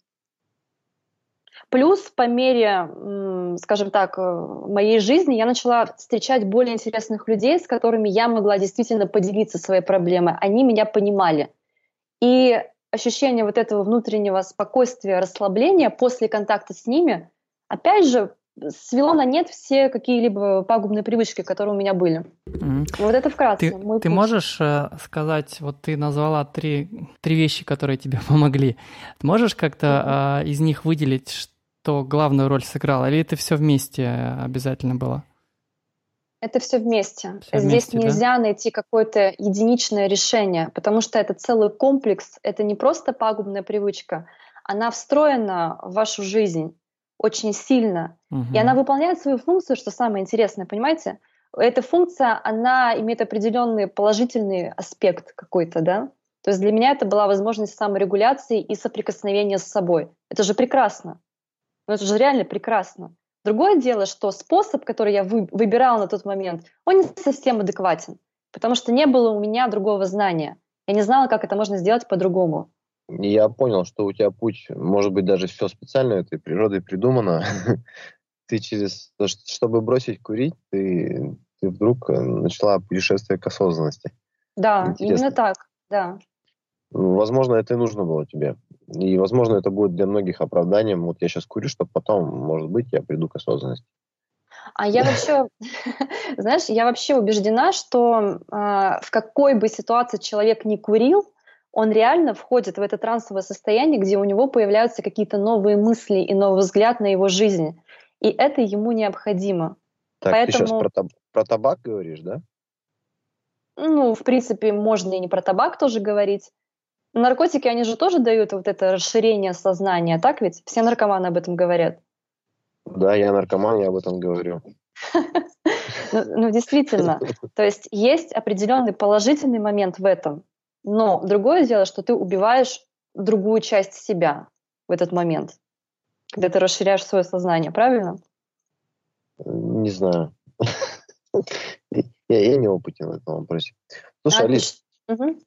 Плюс по мере, скажем так, моей жизни я начала встречать более интересных людей, с которыми я могла действительно поделиться своей проблемой. Они меня понимали. И ощущение вот этого внутреннего спокойствия, расслабления после контакта с ними, опять же, свело на нет все какие-либо пагубные привычки, которые у меня были. Mm-hmm. Вот это вкратце. Ты, ты можешь э, сказать, вот ты назвала три, три вещи, которые тебе помогли. Ты можешь как-то mm-hmm. э, из них выделить, что главную роль сыграло? Или это все вместе обязательно было? Это все вместе. Всё Здесь вместе, нельзя да? найти какое-то единичное решение, потому что это целый комплекс, это не просто пагубная привычка, она встроена в вашу жизнь очень сильно. Угу. И она выполняет свою функцию, что самое интересное, понимаете? Эта функция, она имеет определенный положительный аспект какой-то, да? То есть для меня это была возможность саморегуляции и соприкосновения с собой. Это же прекрасно. Ну, это же реально прекрасно. Другое дело, что способ, который я вы, выбирала на тот момент, он не совсем адекватен, потому что не было у меня другого знания. Я не знала, как это можно сделать по-другому. Я понял, что у тебя путь, может быть, даже все специально этой природой придумано. ты через... Чтобы бросить курить, ты, ты вдруг начала путешествие к осознанности. Да, Интересно. именно так, да. Возможно, это и нужно было тебе. И, возможно, это будет для многих оправданием. Вот я сейчас курю, чтобы потом, может быть, я приду к осознанности. А я вообще, знаешь, я вообще убеждена, что э, в какой бы ситуации человек ни курил, он реально входит в это трансовое состояние, где у него появляются какие-то новые мысли и новый взгляд на его жизнь. И это ему необходимо. Так, Поэтому, ты сейчас про, таб- про табак говоришь, да? ну, в принципе, можно и не про табак тоже говорить. Наркотики, они же тоже дают вот это расширение сознания, так ведь? Все наркоманы об этом говорят. Да, я наркоман, я об этом говорю. Ну, ну, действительно. То есть есть определенный положительный момент в этом. Но другое дело, что ты убиваешь другую часть себя в этот момент, когда ты расширяешь свое сознание, правильно? Не знаю. Я, я не опытен в этом вопросе. Слушай, А Алис, ты... Угу.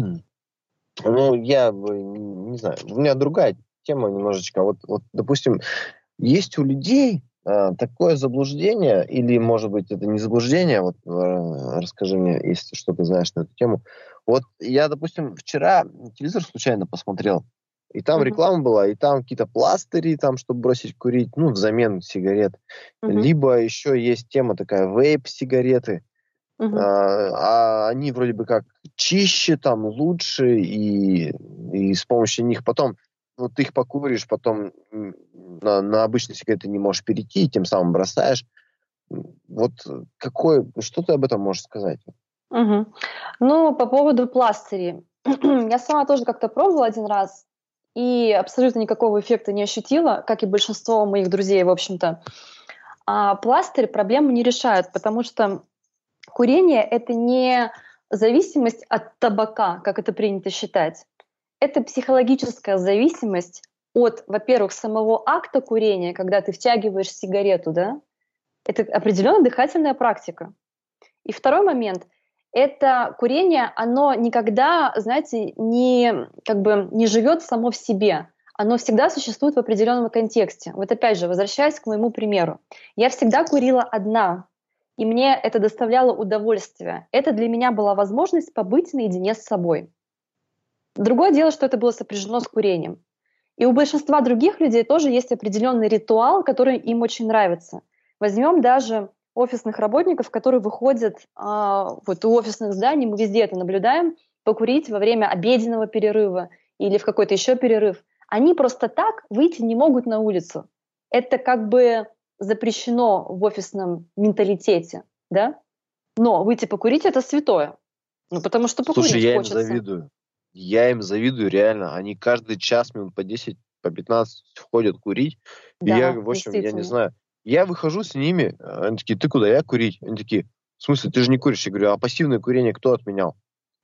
ну, я бы, не знаю, у меня другая тема немножечко. Вот, вот допустим, есть у людей э, такое заблуждение, или, может быть, это не заблуждение, вот э, расскажи мне, если что ты знаешь на эту тему. Вот я, допустим, вчера телевизор случайно посмотрел, и там Угу. реклама была, и там какие-то пластыри, там, чтобы бросить курить, ну, взамен сигарет. Угу. Либо еще есть тема такая, вейп-сигареты. Угу. А, а они вроде бы как чище, там, лучше, и, и с помощью них потом, вот ты их покуришь, потом на, на обычные сигареты не можешь перейти, и тем самым бросаешь. Вот какой, что ты об этом можешь сказать? Угу. Ну, по поводу пластырей. Я сама тоже как-то пробовала один раз, и абсолютно никакого эффекта не ощутила, как и большинство моих друзей, в общем-то. А пластырь проблему не решают, потому что курение — это не зависимость от табака, как это принято считать. Это психологическая зависимость от, во-первых, самого акта курения, когда ты втягиваешь сигарету, да? Это определенная дыхательная практика. И второй момент — это курение, оно никогда, знаете, не, как бы, не живет само в себе. Оно всегда существует в определенном контексте. Вот опять же, возвращаясь к моему примеру. Я всегда курила одна, и мне это доставляло удовольствие. Это для меня была возможность побыть наедине с собой. Другое дело, что это было сопряжено с курением. И у большинства других людей тоже есть определенный ритуал, который им очень нравится. Возьмем даже офисных работников, которые выходят а, вот у офисных зданий, мы везде это наблюдаем, покурить во время обеденного перерыва или в какой-то еще перерыв. Они просто так выйти не могут на улицу. Это как бы запрещено в офисном менталитете, да? Но выйти покурить — это святое. Ну, потому что покурить Слушай, я хочется. им завидую. Я им завидую, реально. Они каждый час, минут по десять, по пятнадцать ходят курить. Да, и я, в общем, я не знаю. Я выхожу с ними, они такие, ты куда? Я курить. Они такие, в смысле, ты же не куришь? Я говорю, а пассивное курение кто отменял?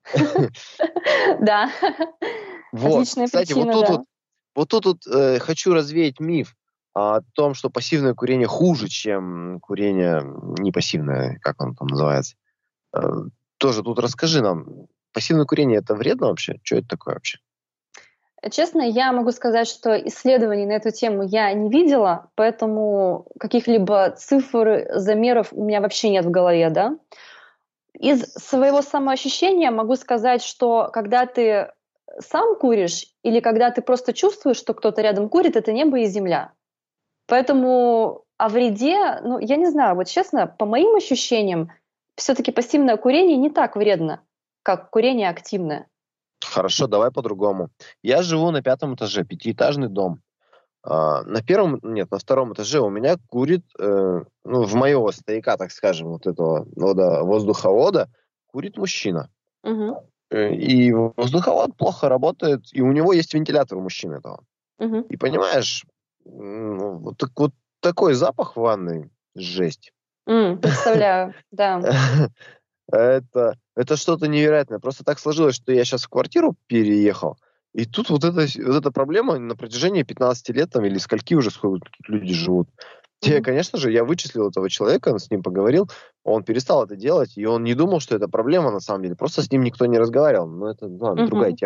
Да. Отличная Кстати, вот тут вот, вот тут вот э, хочу развеять миф о том, что пассивное курение хуже, чем курение непассивное, как оно там называется. Э, тоже тут расскажи нам, пассивное курение это вредно вообще? Что это такое вообще? Честно, я могу сказать, что исследований на эту тему я не видела, поэтому каких-либо цифр, замеров у меня вообще нет в голове, да. Из своего самоощущения могу сказать, что когда ты сам куришь или когда ты просто чувствуешь, что кто-то рядом курит, это небо и земля. Поэтому о вреде, ну, я не знаю, вот честно, по моим ощущениям, все-таки пассивное курение не так вредно, как курение активное. Хорошо, давай по-другому. Я живу на пятом этаже, пятиэтажный дом. А, на первом, нет, на втором этаже у меня курит, э, ну, в моего стояка, так скажем, вот этого вода, воздуховода, курит мужчина. Угу. И воздуховод плохо работает, и у него есть вентилятор у мужчины этого. Угу. И понимаешь, ну, вот, так, вот такой запах в ванной, жесть. Mm, представляю, да. Это, это что-то невероятное. Просто так сложилось, что я сейчас в квартиру переехал, и тут вот, это, вот эта проблема на протяжении пятнадцати лет, там, или скольки уже сколько тут люди живут. Mm-hmm. И, конечно же, я вычислил этого человека, с ним поговорил, он перестал это делать, и он не думал, что это проблема на самом деле. Просто с ним никто не разговаривал. Но это ладно, mm-hmm. другая тема.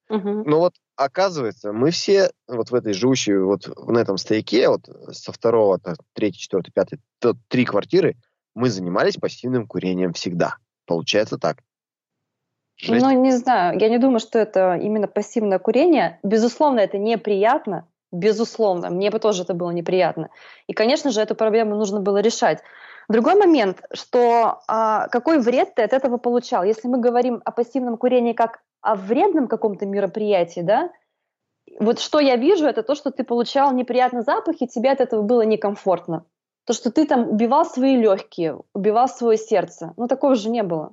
Мгм. Но вот оказывается, мы все вот в этой живущей, вот на этом стояке, вот со второго, то, третий, четвертый, пятый, то три квартиры, мы занимались пассивным курением всегда. Получается так. Ну, Жесть. не знаю, я не думаю, что это именно пассивное курение. Безусловно, это неприятно. Безусловно, мне бы тоже это было неприятно. И, конечно же, эту проблему нужно было решать. Другой момент, что а, какой вред ты от этого получал? Если мы говорим о пассивном курении как о вредном каком-то мероприятии, да, вот что я вижу, это то, что ты получал неприятный запах, и тебе от этого было некомфортно. То, что ты там убивал свои легкие, убивал свое сердце. Ну, такого же не было.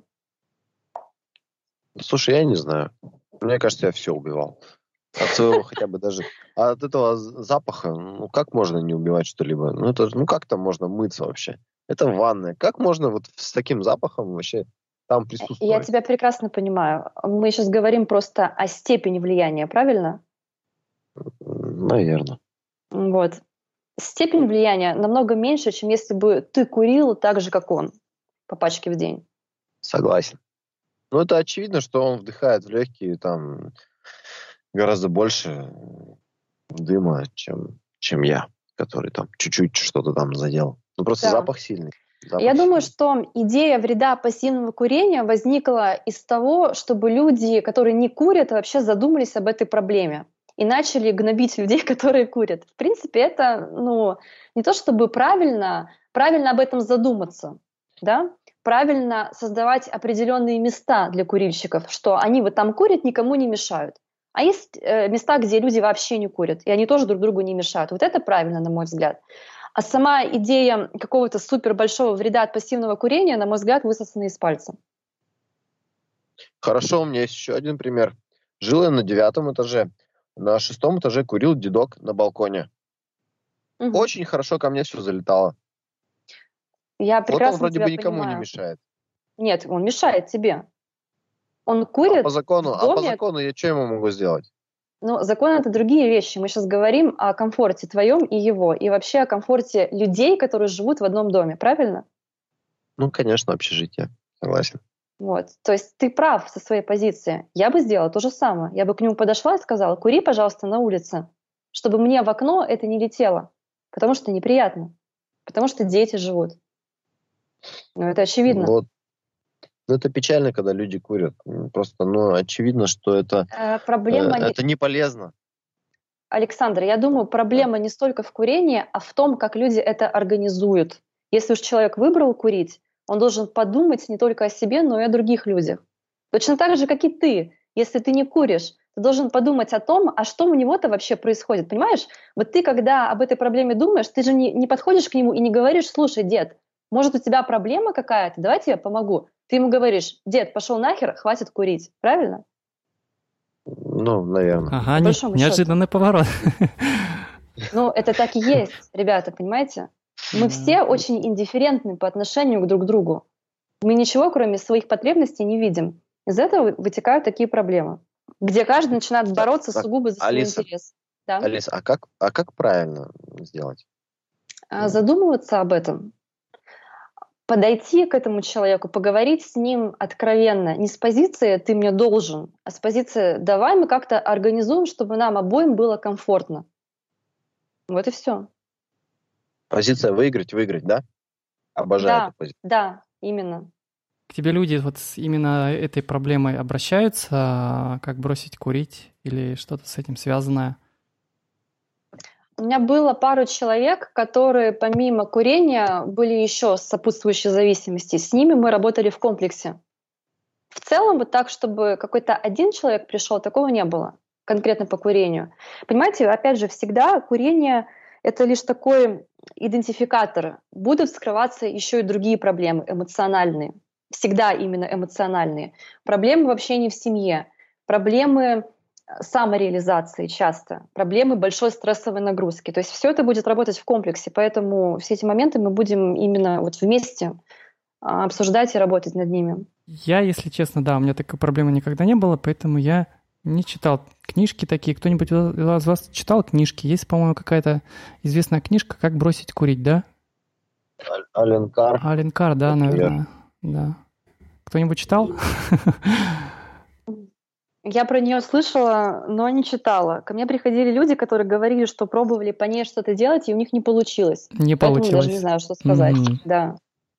Слушай, я не знаю. Мне кажется, я все убивал. От своего хотя бы даже... А от этого з- запаха, ну как можно не убивать что-либо? Ну, это, ж- ну как там можно мыться вообще? Это ванная. Как можно вот с таким запахом вообще там Я присутствовать? тебя прекрасно понимаю. Мы сейчас говорим просто о степени влияния, правильно? Наверное. Вот. Степень влияния намного меньше, чем если бы ты курил так же, как он, по пачке в день. Согласен. Ну, это очевидно, что он вдыхает в легкие там гораздо больше дыма, чем, чем я, который там чуть-чуть что-то там задел. Ну, просто Да. запах сильный. Запах Я думаю, сильный. что идея вреда пассивного курения возникла из того, чтобы люди, которые не курят, вообще задумались об этой проблеме и начали гнобить людей, которые курят. В принципе, это ну, не то чтобы правильно, правильно об этом задуматься, да? Правильно создавать определенные места для курильщиков, что они вот там курят, никому не мешают. А есть э, места, где люди вообще не курят, и они тоже друг другу не мешают. Вот это правильно, на мой взгляд. А сама идея какого-то супер большого вреда от пассивного курения, на мой взгляд, высосана из пальца. Хорошо, у меня есть еще один пример. Жил я на девятом этаже. На шестом этаже курил дедок на балконе. Мгм. Очень хорошо ко мне все залетало. Я Вот он прекрасно вроде тебя бы никому не понимаю. мешает. Нет, он мешает тебе. Он А курит по закону, в а по доме, закону я что ему могу сделать? но закон — это другие вещи. Мы сейчас говорим о комфорте твоем и его, и вообще о комфорте людей, которые живут в одном доме, правильно? Ну, конечно, общежитие. Согласен. Вот. То есть ты прав со своей позиции. Я бы сделала то же самое. Я бы к нему подошла и сказала: кури, пожалуйста, на улице, чтобы мне в окно это не летело, потому что неприятно, потому что дети живут. Ну, это очевидно. Вот. Ну, это печально, когда люди курят. М, Просто, ну, очевидно, что это, Э, э, проблема не... это не полезно. Александр, я думаю, Да. проблема не столько в курении, а в том, как люди это организуют. Если уж человек выбрал курить, он должен подумать не только о себе, но и о других людях. Точно так же, как и ты. Если ты не куришь, ты должен подумать о том, а что у него-то вообще происходит. Понимаешь? Вот ты, когда об этой проблеме думаешь, ты же не, не подходишь к нему и не говоришь: слушай, дед, может, у тебя проблема какая-то, давай я тебе помогу. Ты ему говоришь: дед, пошел нахер, хватит курить. Правильно? Ну, наверное. Ага, По не- большому счету. неожиданный поворот. Ну, это так и есть, ребята, понимаете? Мы все очень индифферентны по отношению друг к другу. Мы ничего, кроме своих потребностей, не видим. Из этого вытекают такие проблемы, где каждый начинает бороться Так, сугубо за свой Алиса, интерес. Да? Алиса, а как, а как правильно сделать? А задумываться об этом, подойти к этому человеку, поговорить с ним откровенно, не с позиции «ты мне должен», а с позиции «давай мы как-то организуем, чтобы нам обоим было комфортно». Вот и все. Позиция выиграть, выиграть, да? Обожаю Да, эту позицию. да, именно. К тебе люди вот с именно этой проблемой обращаются, как бросить курить или что-то с этим связанное? У меня было пару человек, которые помимо курения были еще сопутствующие зависимости. С ними мы работали в комплексе. В целом, вот так, чтобы какой-то один человек пришел, такого не было, конкретно по курению. Понимаете, опять же, всегда курение — это лишь такой идентификатор. Будут скрываться еще и другие проблемы, эмоциональные. Всегда именно эмоциональные. Проблемы вообще не в семье. Проблемы самореализации часто, проблемы большой стрессовой нагрузки. То есть все это будет работать в комплексе, поэтому все эти моменты мы будем именно вот вместе а, обсуждать и работать над ними. Я, если честно, да, у меня такой проблемы никогда не было, поэтому я не читал книжки такие. Кто-нибудь из вас читал книжки? Есть, по-моему, какая-то известная книжка «Как бросить курить», да? Ален Карр. Ален Карр, да, Например. наверное. Да. Кто-нибудь читал? Я про нее слышала, но не читала. Ко мне приходили люди, которые говорили, что пробовали по ней что-то делать, и у них не получилось. Не Поэтому получилось. даже не знаю, что сказать. Мгм. Да.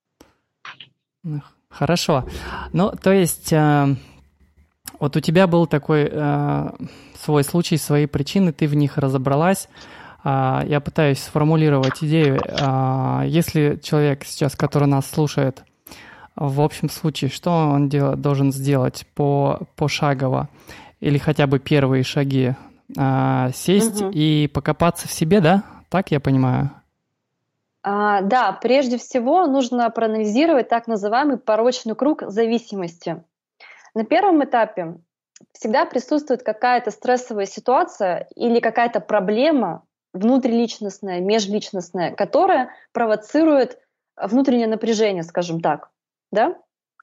Хорошо. Ну, то есть, э, вот у тебя был такой э, свой случай, свои причины, ты в них разобралась. Э, я пытаюсь сформулировать идею. Э, если человек сейчас, который нас слушает, в общем случае, что он дел- должен сделать по, пошагово или хотя бы первые шаги? Э, сесть Мгм. и покопаться в себе, да? Так я понимаю? А, да, прежде всего нужно проанализировать так называемый порочный круг зависимости. На первом этапе всегда присутствует какая-то стрессовая ситуация или какая-то проблема внутриличностная, межличностная, которая провоцирует внутреннее напряжение, скажем так. Да?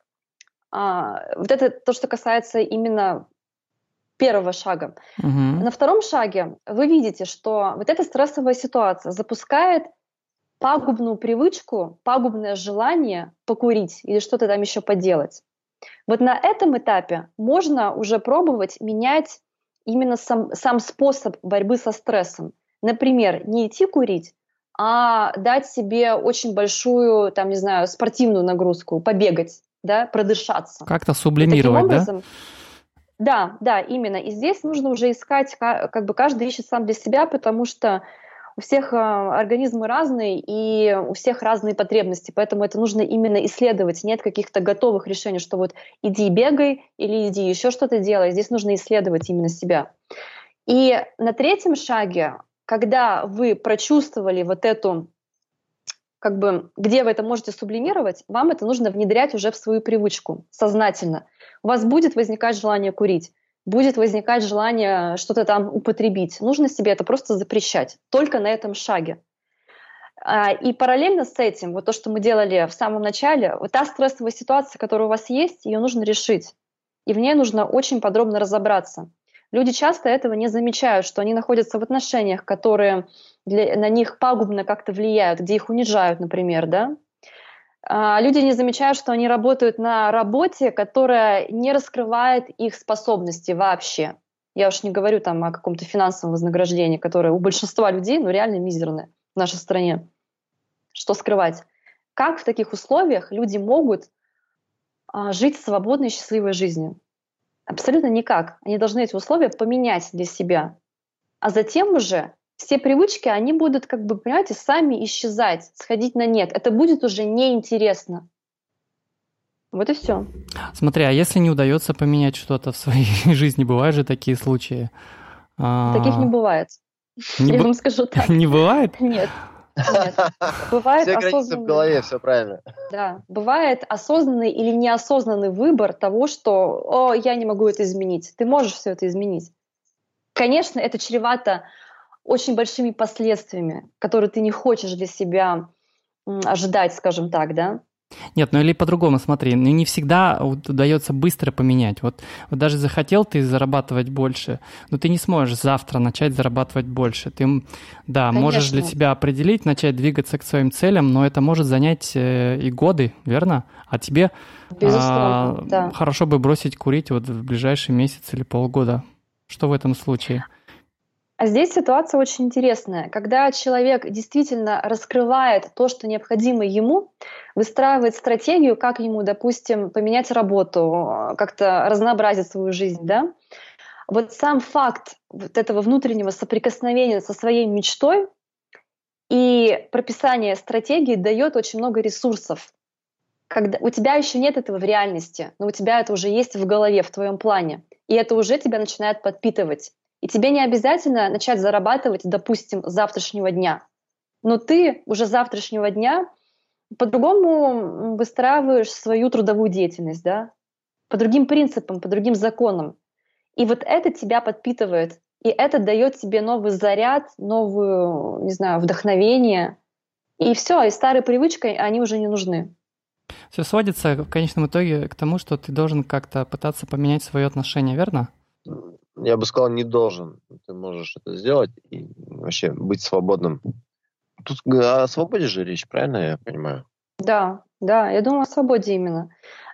А, вот это то, что касается именно первого шага. Мгм. На втором шаге вы видите, что вот эта стрессовая ситуация запускает пагубную привычку, пагубное желание покурить или что-то там еще поделать. Вот на этом этапе можно уже пробовать менять именно сам, сам способ борьбы со стрессом. Например, не идти курить, а дать себе очень большую, там, не знаю, спортивную нагрузку, побегать, да, продышаться. Как-то И таким сублимировать, да? образом, да, да, именно. И здесь нужно уже искать, ка- как бы каждый ищет сам для себя, потому что у всех а, организмы разные, и у всех разные потребности, поэтому это нужно именно исследовать. Нет каких-то готовых решений, что вот иди бегай или иди еще что-то делай. Здесь нужно исследовать именно себя. И на третьем шаге, когда вы прочувствовали вот эту, как бы, где вы это можете сублимировать, вам это нужно внедрять уже в свою привычку сознательно. У вас будет возникать желание курить, будет возникать желание что-то там употребить. Нужно себе это просто запрещать, только на этом шаге. А, И параллельно с этим, вот то, что мы делали в самом начале, вот та стрессовая ситуация, которая у вас есть, ее нужно решить. И в ней нужно очень подробно разобраться. Люди часто этого не замечают, что они находятся в отношениях, которые для, на них пагубно как-то влияют, где их унижают, например, да. А, Люди не замечают, что они работают на работе, которая не раскрывает их способности вообще. Я уж не говорю там о каком-то финансовом вознаграждении, которое у большинства людей, ну, реально мизерное в нашей стране. Что скрывать? Как в таких условиях люди могут а, жить свободной и счастливой жизнью? Абсолютно никак. Они должны эти условия поменять для себя. А затем уже все привычки, они будут, как бы, понимаете, сами исчезать, сходить на нет. Это будет уже неинтересно. Вот и все. Смотри, а если не удается поменять что-то в своей жизни, бывают же такие случаи? Таких не А, бывает. Не, Я б- вам скажу так. не бывает? Нет, нет. Бывает Все границы в осознанный, голове, все правильно. да, бывает осознанный или неосознанный выбор того, что «О, я не могу это изменить». Ты можешь все это изменить. Конечно, это чревато очень большими последствиями, которые ты не хочешь для себя м, ожидать, скажем так, да? Нет, ну или по-другому, смотри, ну не всегда вот удается быстро поменять. Вот, вот даже захотел ты зарабатывать больше, но ты не сможешь завтра начать зарабатывать больше. Ты, м, да, можешь для Конечно. себя определить, начать двигаться к своим целям, но это может занять э, и годы, верно? А тебе Безусловно, а, да. хорошо бы бросить курить вот в ближайший месяц или полгода. Что в этом случае? А здесь ситуация очень интересная. Когда человек действительно раскрывает то, что необходимо ему, выстраивает стратегию, как ему, допустим, поменять работу, как-то разнообразить свою жизнь, да, вот сам факт вот этого внутреннего соприкосновения со своей мечтой и прописание стратегии дает очень много ресурсов. Когда у тебя еще нет этого в реальности, но у тебя это уже есть в голове, в твоем плане, и это уже тебя начинает подпитывать. И тебе не обязательно начать зарабатывать, допустим, с завтрашнего дня, но ты уже с завтрашнего дня по-другому выстраиваешь свою трудовую деятельность, да, по другим принципам, по другим законам. И вот это тебя подпитывает, и это дает тебе новый заряд, новую, не знаю, вдохновение. И все, и старой привычкой они уже не нужны. Все сводится в конечном итоге к тому, что ты должен как-то пытаться поменять свое отношение, верно? Я бы сказал, не должен. Ты можешь это сделать и вообще быть свободным. Тут о свободе же речь, правильно я понимаю? Да, да, я думаю о свободе именно.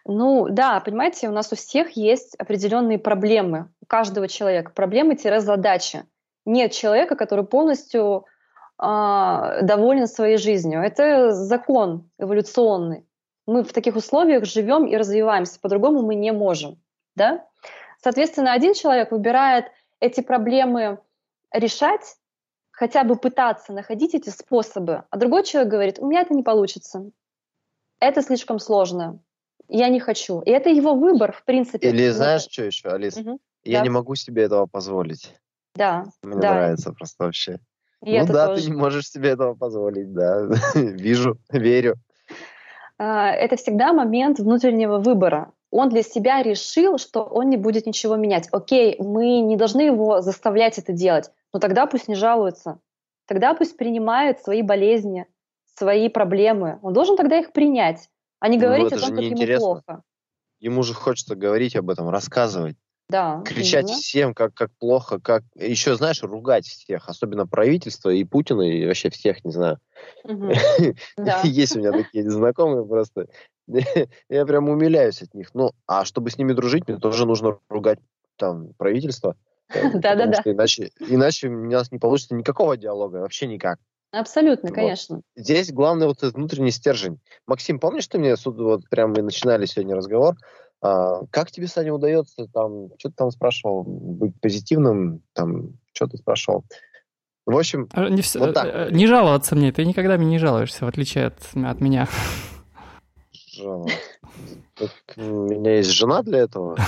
Ну да, понимаете, у нас у всех есть определенные проблемы, у каждого человека, проблемы-задачи. Нет человека, который полностью а, доволен своей жизнью. Это закон эволюционный. Мы в таких условиях живем и развиваемся, по-другому мы не можем. Да? Соответственно, один человек выбирает эти проблемы решать, хотя бы пытаться находить эти способы, а другой человек говорит, у меня это не получится, это слишком сложно, я не хочу. И это его выбор, в принципе. Или знаешь, что еще, Алис? Угу. Я Да. не могу себе этого позволить. Да. Мне да. нравится просто вообще. И ну это да, тоже. ты не можешь себе этого позволить, да. Вижу, верю. А, Это всегда момент внутреннего выбора. Он для себя решил, что он не будет ничего менять. Окей, мы не должны его заставлять это делать, но тогда пусть не жалуется. Тогда пусть принимает свои болезни, свои проблемы. Он должен тогда их принять, а не Ну, говорить это о том, же как ему неинтересно. плохо. Ему же хочется говорить об этом, рассказывать, Да, кричать именно. всем, как, как плохо, как еще, знаешь, ругать всех, особенно правительство и Путина, и вообще всех, не знаю. Мгм. Да. Есть у меня такие знакомые просто. Я прям умиляюсь от них. Ну, а чтобы с ними дружить, мне тоже нужно ругать там правительство. э, Потому Да-да-да. что иначе, иначе у нас не получится никакого диалога, вообще никак. Абсолютно, Вот. конечно. Здесь главное вот этот внутренний стержень. Максим, помнишь, ты мне суд- вот прям мы начинали сегодня разговор, а, как тебе, Саня, удается там, что ты там спрашивал, быть позитивным, там, что ты спрашивал? В общем, А, Не, вс- вот так э, вот. не жаловаться мне, ты никогда мне не жалуешься, в отличие от, от меня. Жалко. Так, у меня есть жена для этого.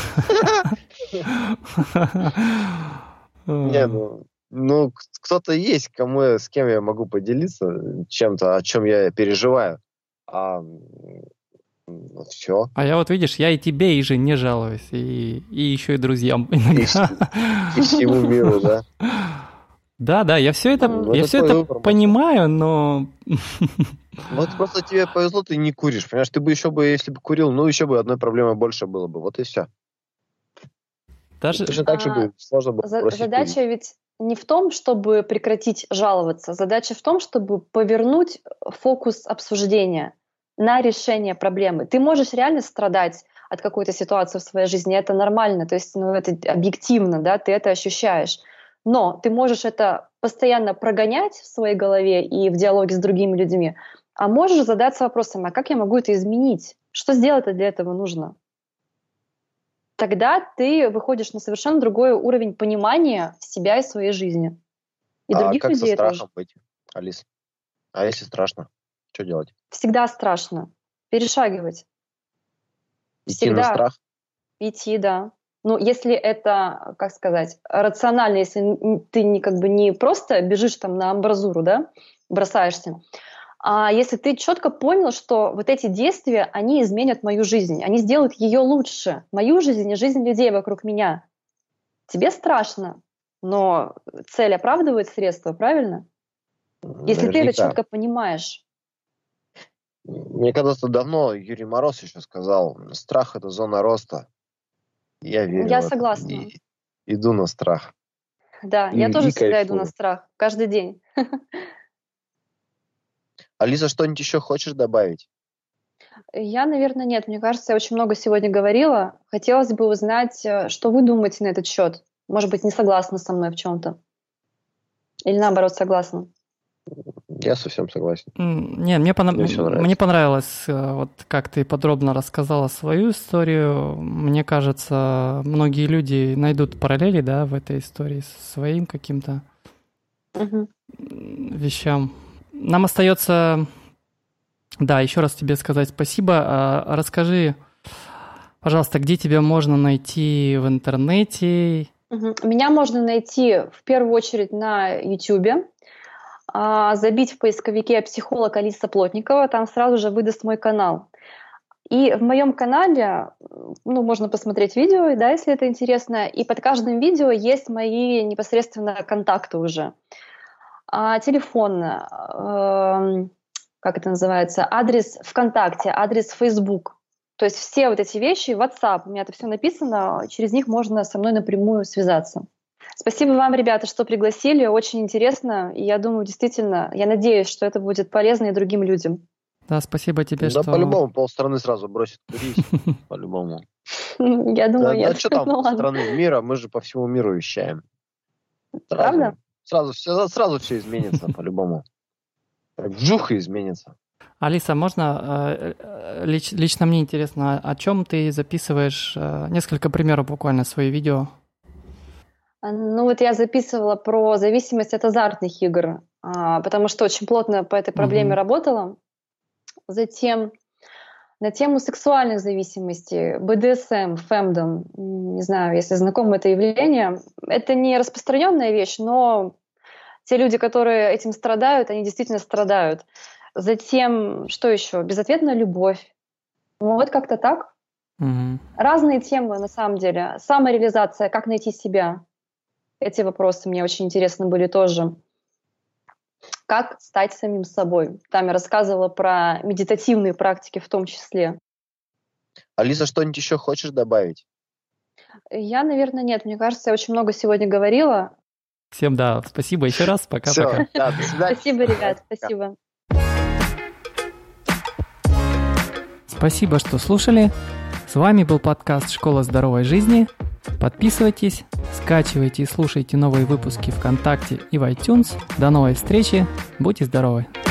Не, ну, ну, к- кто-то есть, кому я- с кем я могу поделиться чем-то, о чем я переживаю. А все. А я вот, видишь, я и тебе, и жене жалуюсь, и, и еще и друзьям иногда. И всему миру, да. Да, да, я все это, Ну, я это все твой это выбор, Максим. понимаю, но Вот просто тебе повезло, ты не куришь. Понимаешь, ты бы еще бы, если бы курил, ну еще бы одной проблемой больше было бы. Вот и все. даже Точно так же А, бы сложно было За- бросить Задача курить. ведь не в том, чтобы прекратить жаловаться. Задача в том, чтобы повернуть фокус обсуждения на решение проблемы. Ты можешь реально страдать от какой-то ситуации в своей жизни, это нормально, то есть ну, это объективно, да, ты это ощущаешь. Но ты можешь это постоянно прогонять в своей голове и в диалоге с другими людьми, а можешь задаться вопросом, а как я могу это изменить? Что сделать для этого нужно? Тогда ты выходишь на совершенно другой уровень понимания себя и своей жизни. И А других как со людей тоже. страхом быть, Алис? А если страшно? Что делать? Всегда страшно. Перешагивать. Идти на Всегда. страх? Идти, да. Ну, если это, как сказать, рационально, если н- ты не, как бы не просто бежишь там на амбразуру, да, бросаешься, а если ты четко понял, что вот эти действия, они изменят мою жизнь, они сделают ее лучше, мою жизнь и жизнь людей вокруг меня. Тебе страшно, но цель оправдывает средства, правильно? Если ты это Наверняка. четко понимаешь. Мне когда-то давно Юрий Мороз еще сказал, страх — это зона роста. Я верю Я в это. согласна. И иду на страх. Да, И- я тоже и всегда иду на кайфую. страх, каждый день. Алиса, что-нибудь еще хочешь добавить? Я, наверное, нет. Мне кажется, я очень много сегодня говорила. Хотелось бы узнать, э, что вы думаете на этот счет. Может быть, не согласны со мной в чем-то. Или наоборот, согласны. Я совсем согласен. М, Не, мне, пона- Мне всё нравится. мне понравилось, э, вот как ты подробно рассказала свою историю. Мне кажется, многие люди найдут параллели, да, в этой истории со своим каким-то Мгм. м, вещам. Нам остается, да, еще раз тебе сказать спасибо. А Расскажи, пожалуйста, где тебя можно найти в интернете? Мгм. Меня можно найти в первую очередь на YouTube. А, Забить в поисковике «Психолог Алиса Плотникова», там сразу же выдаст мой канал. И в моем канале, ну, можно посмотреть видео, да, если это интересно, и под каждым видео есть мои непосредственно контакты уже. А, телефон, эм, как это называется, адрес ВКонтакте, адрес Facebook. То есть все вот эти вещи, WhatsApp, у меня это все написано, через них можно со мной напрямую связаться. Спасибо вам, ребята, что пригласили, очень интересно, и я думаю, действительно, я надеюсь, что это будет полезно и другим людям. Да, спасибо тебе, да, что... Да, по-любому полстраны сразу бросит курить. По-любому. Я думаю, нет. Да что там полстраны мира? Мы же по всему миру вещаем. Правда? Сразу все изменится, по-любому. Вжух и изменится. Алиса, можно, лично мне интересно, о чем ты записываешь, несколько примеров буквально свои видео? Ну вот я записывала про зависимость от азартных игр, потому что очень плотно по этой проблеме mm-hmm. работала. Затем на тему сексуальных зависимостей, бэ дэ эс эм, фемдом, не знаю, если знакомо это явление. Это не распространенная вещь, но те люди, которые этим страдают, они действительно страдают. Затем, что еще? Безответная любовь. Ну, вот как-то так. Mm-hmm. Разные темы, на самом деле. Самореализация, как найти себя. Эти вопросы мне очень интересны были тоже. Как стать самим собой. Там я рассказывала про медитативные практики в том числе. Алиса, что-нибудь еще хочешь добавить? Я, наверное, нет. Мне кажется, я очень много сегодня говорила. Всем да, спасибо еще раз. Пока-пока. Да, до свидания. Спасибо, ребят, спасибо. Спасибо, что слушали. С вами был подкаст «Школа здоровой жизни». Подписывайтесь, скачивайте и слушайте новые выпуски ВКонтакте и в iTunes. До новой встречи. Будьте здоровы!